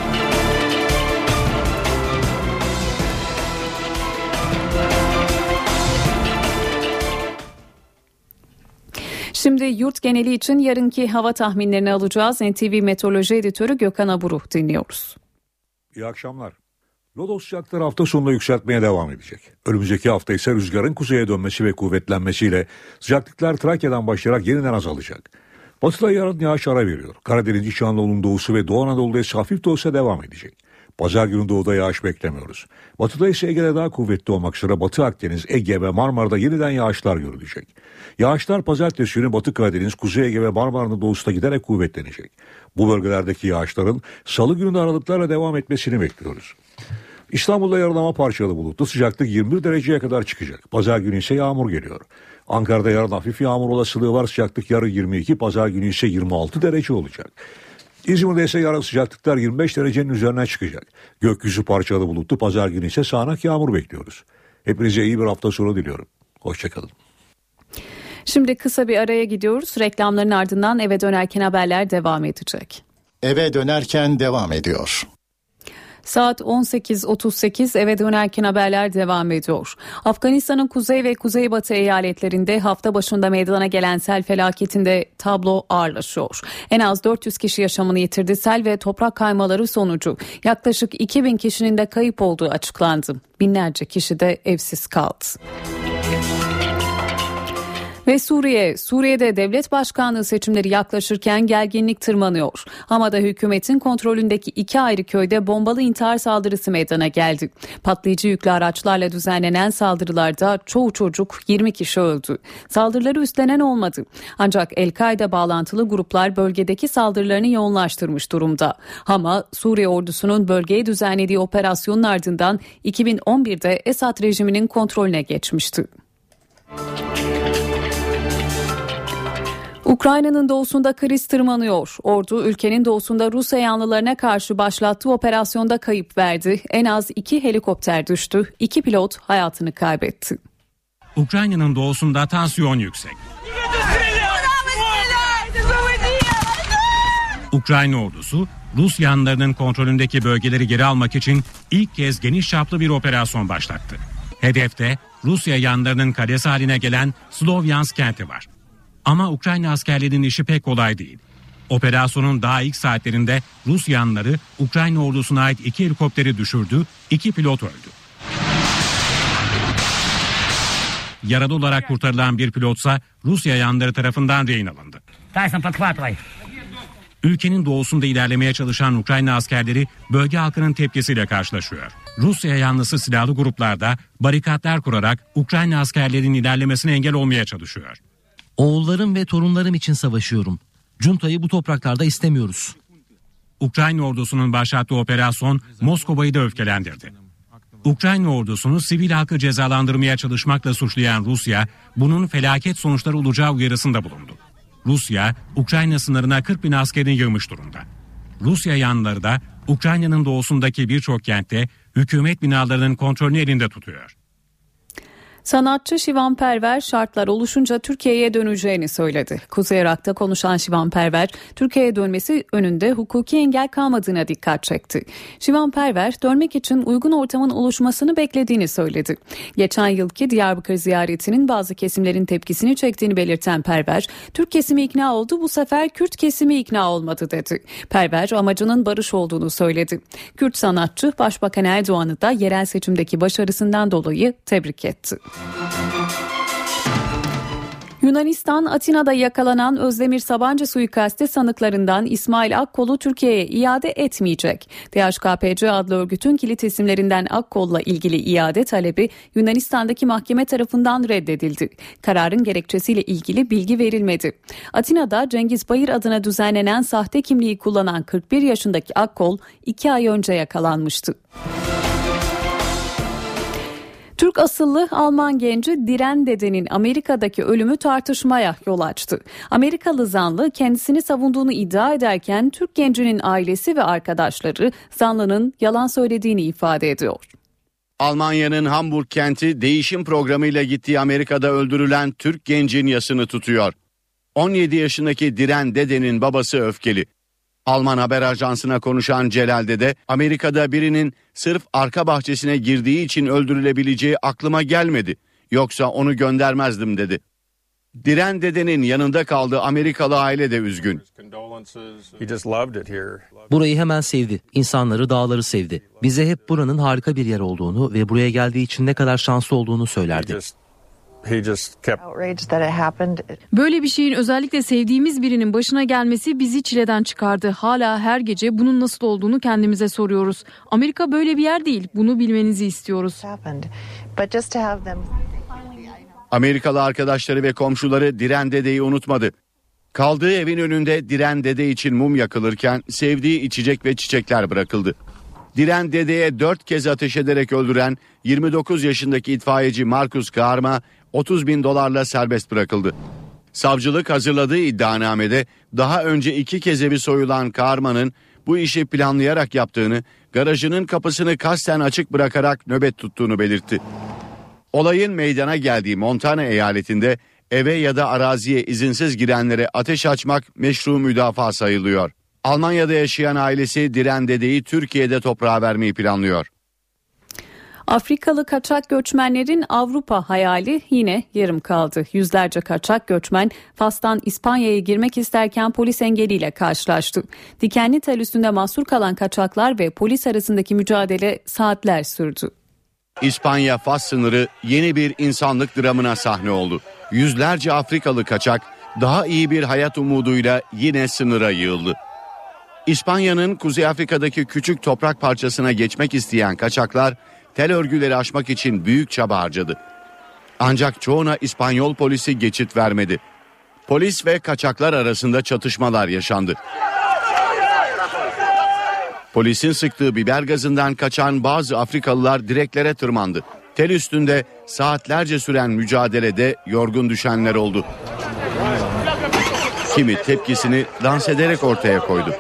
Şimdi yurt geneli için yarınki hava tahminlerini alacağız. NTV Meteoroloji Editörü Gökhan Abur'u dinliyoruz. İyi akşamlar. Lodos sıcaklıkları hafta sonunda yükseltmeye devam edecek. Önümüzdeki hafta ise rüzgarın kuzeye dönmesi ve kuvvetlenmesiyle sıcaklıklar Trakya'dan başlayarak yeniden azalacak. Batıda yarın yağış ara veriyor. Karadeniz, İç Anadolu'nun doğusu ve Doğu Anadolu'da ise hafif de olsa devam edecek. Pazar günü doğuda yağış beklemiyoruz. Batıda ise Ege'de daha kuvvetli olmak üzere Batı Akdeniz, Ege ve Marmara'da yeniden yağışlar görülecek. Yağışlar pazartesi günü Batı Karadeniz, Kuzey Ege ve Marmara'nın doğusuna giderek kuvvetlenecek. Bu bölgelerdeki yağışların salı günü aralıklarla devam etmesini bekliyoruz. İstanbul'da yarın hava parçalı bulutlu, sıcaklık 21 dereceye kadar çıkacak. Pazar günü ise yağmur geliyor. Ankara'da yarın hafif yağmur olasılığı var, sıcaklık yarın 22, pazar günü ise 26 derece olacak. İzmir'de ise yarın sıcaklıklar 25 derecenin üzerine çıkacak. Gökyüzü parçalı bulutlu, pazar günü ise sağanak yağmur bekliyoruz. Hepinize iyi bir hafta sonu diliyorum. Hoşçakalın. Şimdi kısa bir araya gidiyoruz. Reklamların ardından eve dönerken haberler devam edecek. Eve dönerken devam ediyor. Saat 18.38 eve dönerken haberler devam ediyor. Afganistan'ın kuzey ve kuzeybatı eyaletlerinde hafta başında meydana gelen sel felaketinde tablo ağırlaşıyor. En az 400 kişi yaşamını yitirdi. Sel ve toprak kaymaları sonucu yaklaşık 2000 kişinin de kayıp olduğu açıklandı. Binlerce kişi de evsiz kaldı. Ve Suriye'de devlet başkanlığı seçimleri yaklaşırken gerginlik tırmanıyor. Hama'da hükümetin kontrolündeki 2 ayrı köyde bombalı intihar saldırısı meydana geldi. Patlayıcı yüklü araçlarla düzenlenen saldırılarda çoğu çocuk, 20 kişi öldü. Saldırıları üstlenen olmadı. Ancak El-Kaide bağlantılı gruplar bölgedeki saldırılarını yoğunlaştırmış durumda. Hama, Suriye ordusunun bölgeye düzenlediği operasyonun ardından 2011'de Esad rejiminin kontrolüne geçmişti. Ukrayna'nın doğusunda kriz tırmanıyor. Ordu ülkenin doğusunda Rusya yanlılarına karşı başlattığı operasyonda kayıp verdi. En az 2 helikopter düştü. 2 pilot hayatını kaybetti. Ukrayna'nın doğusunda tansiyon yüksek. Ukrayna ordusu Rus yanlılarının kontrolündeki bölgeleri geri almak için ilk kez geniş çaplı bir operasyon başlattı. Hedefte Rusya yanlılarının kalesi haline gelen Slovyansk kenti var. Ama Ukrayna askerlerinin işi pek kolay değil. Operasyonun daha ilk saatlerinde Rus yanlıları Ukrayna ordusuna ait 2 helikopteri düşürdü, 2 pilot öldü. Yaralı olarak kurtarılan bir pilotsa Rusya yanlıları tarafından rehin alındı. Ülkenin doğusunda ilerlemeye çalışan Ukrayna askerleri bölge halkının tepkisiyle karşılaşıyor. Rusya yanlısı silahlı gruplarda barikatlar kurarak Ukrayna askerlerinin ilerlemesine engel olmaya çalışıyor. Oğullarım ve torunlarım için savaşıyorum. Cunta'yı bu topraklarda istemiyoruz. Ukrayna ordusunun başlattığı operasyon Moskova'yı da öfkelendirdi. Ukrayna ordusunu sivil halkı cezalandırmaya çalışmakla suçlayan Rusya, bunun felaket sonuçları olacağı uyarısında bulundu. Rusya, Ukrayna sınırına 40 bin askerini yığmış durumda. Rusya yanlıları da Ukrayna'nın doğusundaki birçok kentte hükümet binalarının kontrolünü elinde tutuyor. Sanatçı Şivan Perver şartlar oluşunca Türkiye'ye döneceğini söyledi. Kuzey Irak'ta konuşan Şivan Perver, Türkiye'ye dönmesi önünde hukuki engel kalmadığına dikkat çekti. Şivan Perver, dönmek için uygun ortamın oluşmasını beklediğini söyledi. Geçen yılki Diyarbakır ziyaretinin bazı kesimlerin tepkisini çektiğini belirten Perver, Türk kesimi ikna oldu, bu sefer Kürt kesimi ikna olmadı dedi. Perver, amacının barış olduğunu söyledi. Kürt sanatçı, Başbakan Erdoğan'ı da yerel seçimdeki başarısından dolayı tebrik etti. Yunanistan, Atina'da yakalanan Özdemir Sabancı suikasti sanıklarından İsmail Akkol'u Türkiye'ye iade etmeyecek. DHKPC adlı örgütün kilit isimlerinden Akkol'la ilgili iade talebi Yunanistan'daki mahkeme tarafından reddedildi. Kararın gerekçesiyle ilgili bilgi verilmedi. Atina'da Cengiz Bayır adına düzenlenen sahte kimliği kullanan 41 yaşındaki Akkol 2 ay önce yakalanmıştı. Türk asıllı Alman genci Diren Dede'nin Amerika'daki ölümü tartışmaya yol açtı. Amerikalı zanlı kendisini savunduğunu iddia ederken Türk gencinin ailesi ve arkadaşları zanlının yalan söylediğini ifade ediyor. Almanya'nın Hamburg kenti değişim programıyla gittiği Amerika'da öldürülen Türk gencin yasını tutuyor. 17 yaşındaki Diren Dede'nin babası öfkeli. Alman haber ajansına konuşan Celal Dede, Amerika'da birinin sırf arka bahçesine girdiği için öldürülebileceği aklıma gelmedi. Yoksa onu göndermezdim dedi. Diren Dede'nin yanında kaldığı Amerikalı aile de üzgün. Burayı hemen sevdi. İnsanları, dağları sevdi. Bize hep buranın harika bir yer olduğunu ve buraya geldiği için ne kadar şanslı olduğunu söylerdi. Böyle bir şeyin özellikle sevdiğimiz birinin başına gelmesi bizi çileden çıkardı. Hala her gece bunun nasıl olduğunu kendimize soruyoruz. Amerika böyle bir yer değil. Bunu bilmenizi istiyoruz. Amerikalı arkadaşları ve komşuları Diren Dede'yi unutmadı. Kaldığı evin önünde Diren Dede için mum yakılırken sevdiği içecek ve çiçekler bırakıldı. Diren Dede'ye 4 kez ateş ederek öldüren 29 yaşındaki itfaiyeci Markus Karma $30.000 serbest bırakıldı. Savcılık hazırladığı iddianamede daha önce 2 kez evi soyulan Karma'nın bu işi planlayarak yaptığını, garajının kapısını kasten açık bırakarak nöbet tuttuğunu belirtti. Olayın meydana geldiği Montana eyaletinde eve ya da araziye izinsiz girenlere ateş açmak meşru müdafaa sayılıyor. Almanya'da yaşayan ailesi Diren Dede'yi Türkiye'de toprağa vermeyi planlıyor. Afrikalı kaçak göçmenlerin Avrupa hayali yine yarım kaldı. Yüzlerce kaçak göçmen Fas'tan İspanya'ya girmek isterken polis engeliyle karşılaştı. Dikenli tel üstünde mahsur kalan kaçaklar ve polis arasındaki mücadele saatler sürdü. İspanya-Fas sınırı yeni bir insanlık dramına sahne oldu. Yüzlerce Afrikalı kaçak daha iyi bir hayat umuduyla yine sınıra yığıldı. İspanya'nın Kuzey Afrika'daki küçük toprak parçasına geçmek isteyen kaçaklar tel örgüleri aşmak için büyük çaba harcadı. Ancak çoğuna İspanyol polisi geçit vermedi. Polis ve kaçaklar arasında çatışmalar yaşandı. Polisin sıktığı biber gazından kaçan bazı Afrikalılar direklere tırmandı. Tel üstünde saatlerce süren mücadelede yorgun düşenler oldu. Kimi tepkisini dans ederek ortaya koydu.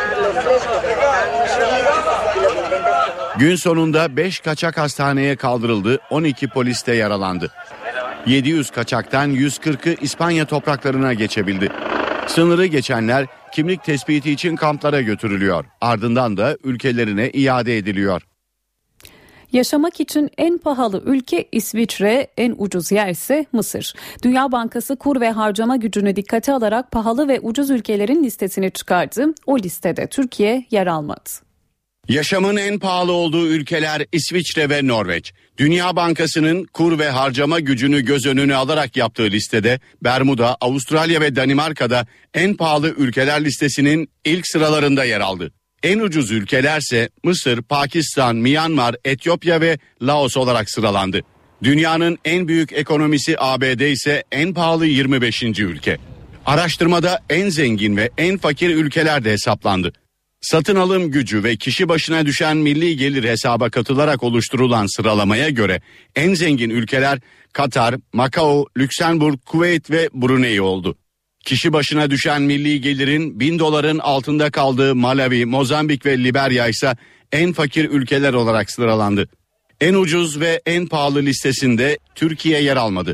Gün sonunda 5 kaçak hastaneye kaldırıldı, 12 polis de yaralandı. 700 kaçaktan 140'ı İspanya topraklarına geçebildi. Sınırı geçenler kimlik tespiti için kamplara götürülüyor. Ardından da ülkelerine iade ediliyor. Yaşamak için en pahalı ülke İsviçre, en ucuz yer ise Mısır. Dünya Bankası kur ve harcama gücünü dikkate alarak pahalı ve ucuz ülkelerin listesini çıkardı. O listede Türkiye yer almadı. Yaşamın en pahalı olduğu ülkeler İsviçre ve Norveç. Dünya Bankası'nın kur ve harcama gücünü göz önüne alarak yaptığı listede Bermuda, Avustralya ve Danimarka'da en pahalı ülkeler listesinin ilk sıralarında yer aldı. En ucuz ülkelerse Mısır, Pakistan, Myanmar, Etiyopya ve Laos olarak sıralandı. Dünyanın en büyük ekonomisi ABD ise en pahalı 25. ülke. Araştırmada en zengin ve en fakir ülkeler de hesaplandı. Satın alım gücü ve kişi başına düşen milli gelir hesaba katılarak oluşturulan sıralamaya göre en zengin ülkeler Katar, Macao, Lüksemburg, Kuveyt ve Brunei oldu. Kişi başına düşen milli gelirin $1000 altında kaldığı Malawi, Mozambik ve Liberya ise en fakir ülkeler olarak sıralandı. En ucuz ve en pahalı listesinde Türkiye yer almadı.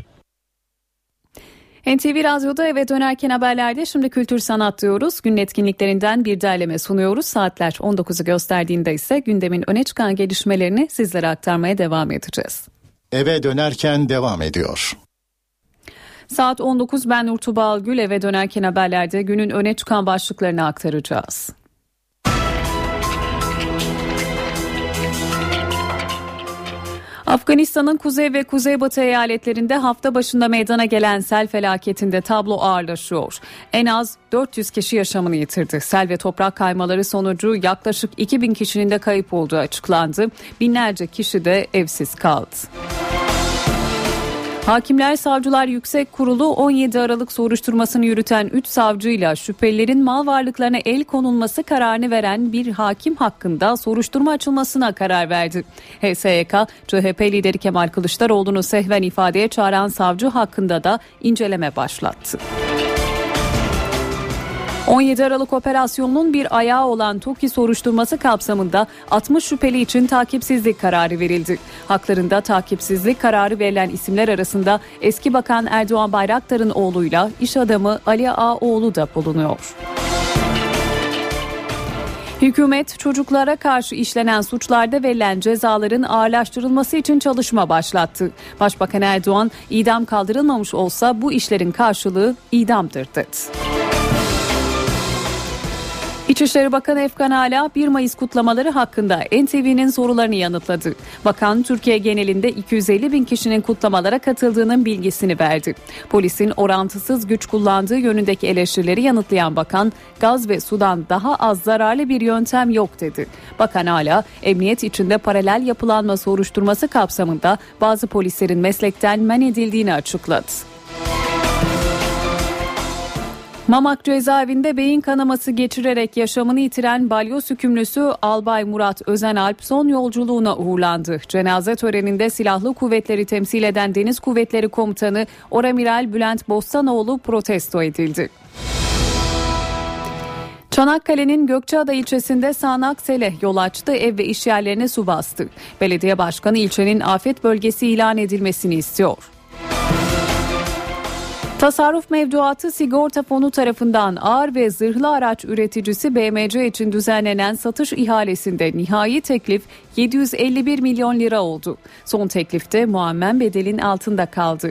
NTV Radyo'da eve dönerken haberlerde şimdi kültür sanat diyoruz. Günün etkinliklerinden bir derleme sunuyoruz. Saatler 19'u gösterdiğinde ise gündemin öne çıkan gelişmelerini sizlere aktarmaya devam edeceğiz. Eve dönerken devam ediyor. Saat 19, ben Nurtuğ Balgül. Eve dönerken haberlerde günün öne çıkan başlıklarını aktaracağız. Afganistan'ın kuzey ve kuzeybatı eyaletlerinde hafta başında meydana gelen sel felaketinde tablo ağırlaşıyor. En az 400 kişi yaşamını yitirdi. Sel ve toprak kaymaları sonucu yaklaşık 2000 kişinin de kayıp olduğu açıklandı. Binlerce kişi de evsiz kaldı. Hakimler Savcılar Yüksek Kurulu 17 Aralık soruşturmasını yürüten 3 savcıyla şüphelilerin mal varlıklarına el konulması kararını veren bir hakim hakkında soruşturma açılmasına karar verdi. HSYK, CHP lideri Kemal Kılıçdaroğlu'nu sehven ifadeye çağıran savcı hakkında da inceleme başlattı. 17 Aralık operasyonunun bir ayağı olan TOKİ soruşturması kapsamında 60 şüpheli için takipsizlik kararı verildi. Haklarında takipsizlik kararı verilen isimler arasında eski Bakan Erdoğan Bayraktar'ın oğluyla iş adamı Ali Ağaoğlu da bulunuyor. Hükümet çocuklara karşı işlenen suçlarda verilen cezaların ağırlaştırılması için çalışma başlattı. Başbakan Erdoğan, idam kaldırılmamış olsa bu işlerin karşılığı idamdır dedi. İçişleri Bakanı Efkan Ala 1 Mayıs kutlamaları hakkında NTV'nin sorularını yanıtladı. Bakan Türkiye genelinde 250 bin kişinin kutlamalara katıldığının bilgisini verdi. Polisin orantısız güç kullandığı yönündeki eleştirileri yanıtlayan bakan, gaz ve sudan daha az zararlı bir yöntem yok dedi. Bakan Ala, emniyet içinde paralel yapılanma soruşturması kapsamında bazı polislerin meslekten men edildiğini açıkladı. Mamak cezaevinde beyin kanaması geçirerek yaşamını yitiren balyoz hükümlüsü Albay Murat Özenalp son yolculuğuna uğurlandı. Cenaze töreninde silahlı kuvvetleri temsil eden Deniz Kuvvetleri Komutanı Oramiral Bülent Bostanoğlu protesto edildi. Çanakkale'nin Gökçeada ilçesinde sağanak sele yol açtı, ev ve iş yerlerine su bastı. Belediye başkanı ilçenin afet bölgesi ilan edilmesini istiyor. Tasarruf Mevduatı Sigorta Fonu tarafından ağır ve zırhlı araç üreticisi BMC için düzenlenen satış ihalesinde nihai teklif 751 milyon lira oldu. Son teklifte muammen bedelin altında kaldı.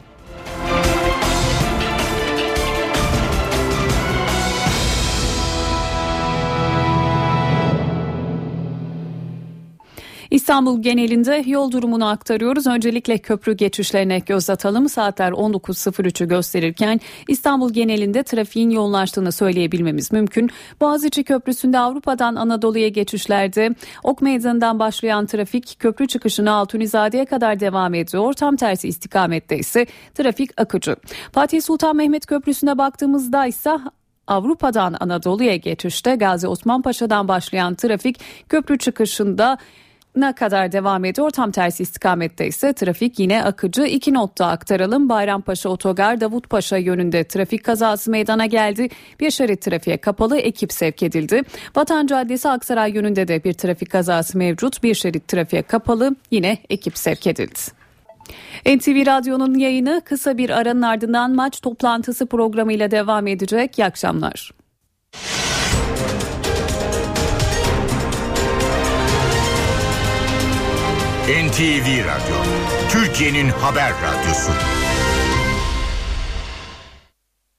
İstanbul genelinde yol durumunu aktarıyoruz. Öncelikle köprü geçişlerine göz atalım. Saatler 19.03'ü gösterirken İstanbul genelinde trafiğin yoğunlaştığını söyleyebilmemiz mümkün. Boğaziçi Köprüsü'nde Avrupa'dan Anadolu'ya geçişlerde Ok Meydanı'ndan başlayan trafik köprü çıkışına Altunizade'ye kadar devam ediyor. Tam tersi istikamette ise trafik akıcı. Fatih Sultan Mehmet Köprüsü'ne baktığımızda ise Avrupa'dan Anadolu'ya geçişte Gazi Osman Paşa'dan başlayan trafik köprü çıkışında ne kadar devam ediyor. Tam tersi istikamette ise trafik yine akıcı. 2 notta aktaralım. Bayrampaşa Otogar Davutpaşa yönünde trafik kazası meydana geldi. Bir şerit trafiğe kapalı, ekip sevk edildi. Vatan Caddesi Aksaray yönünde de bir trafik kazası mevcut. Bir şerit trafiğe kapalı, yine ekip sevk edildi. NTV Radyo'nun yayını kısa bir aranın ardından maç toplantısı programıyla devam edecek. İyi akşamlar. NTV Radyo, Türkiye'nin haber radyosu.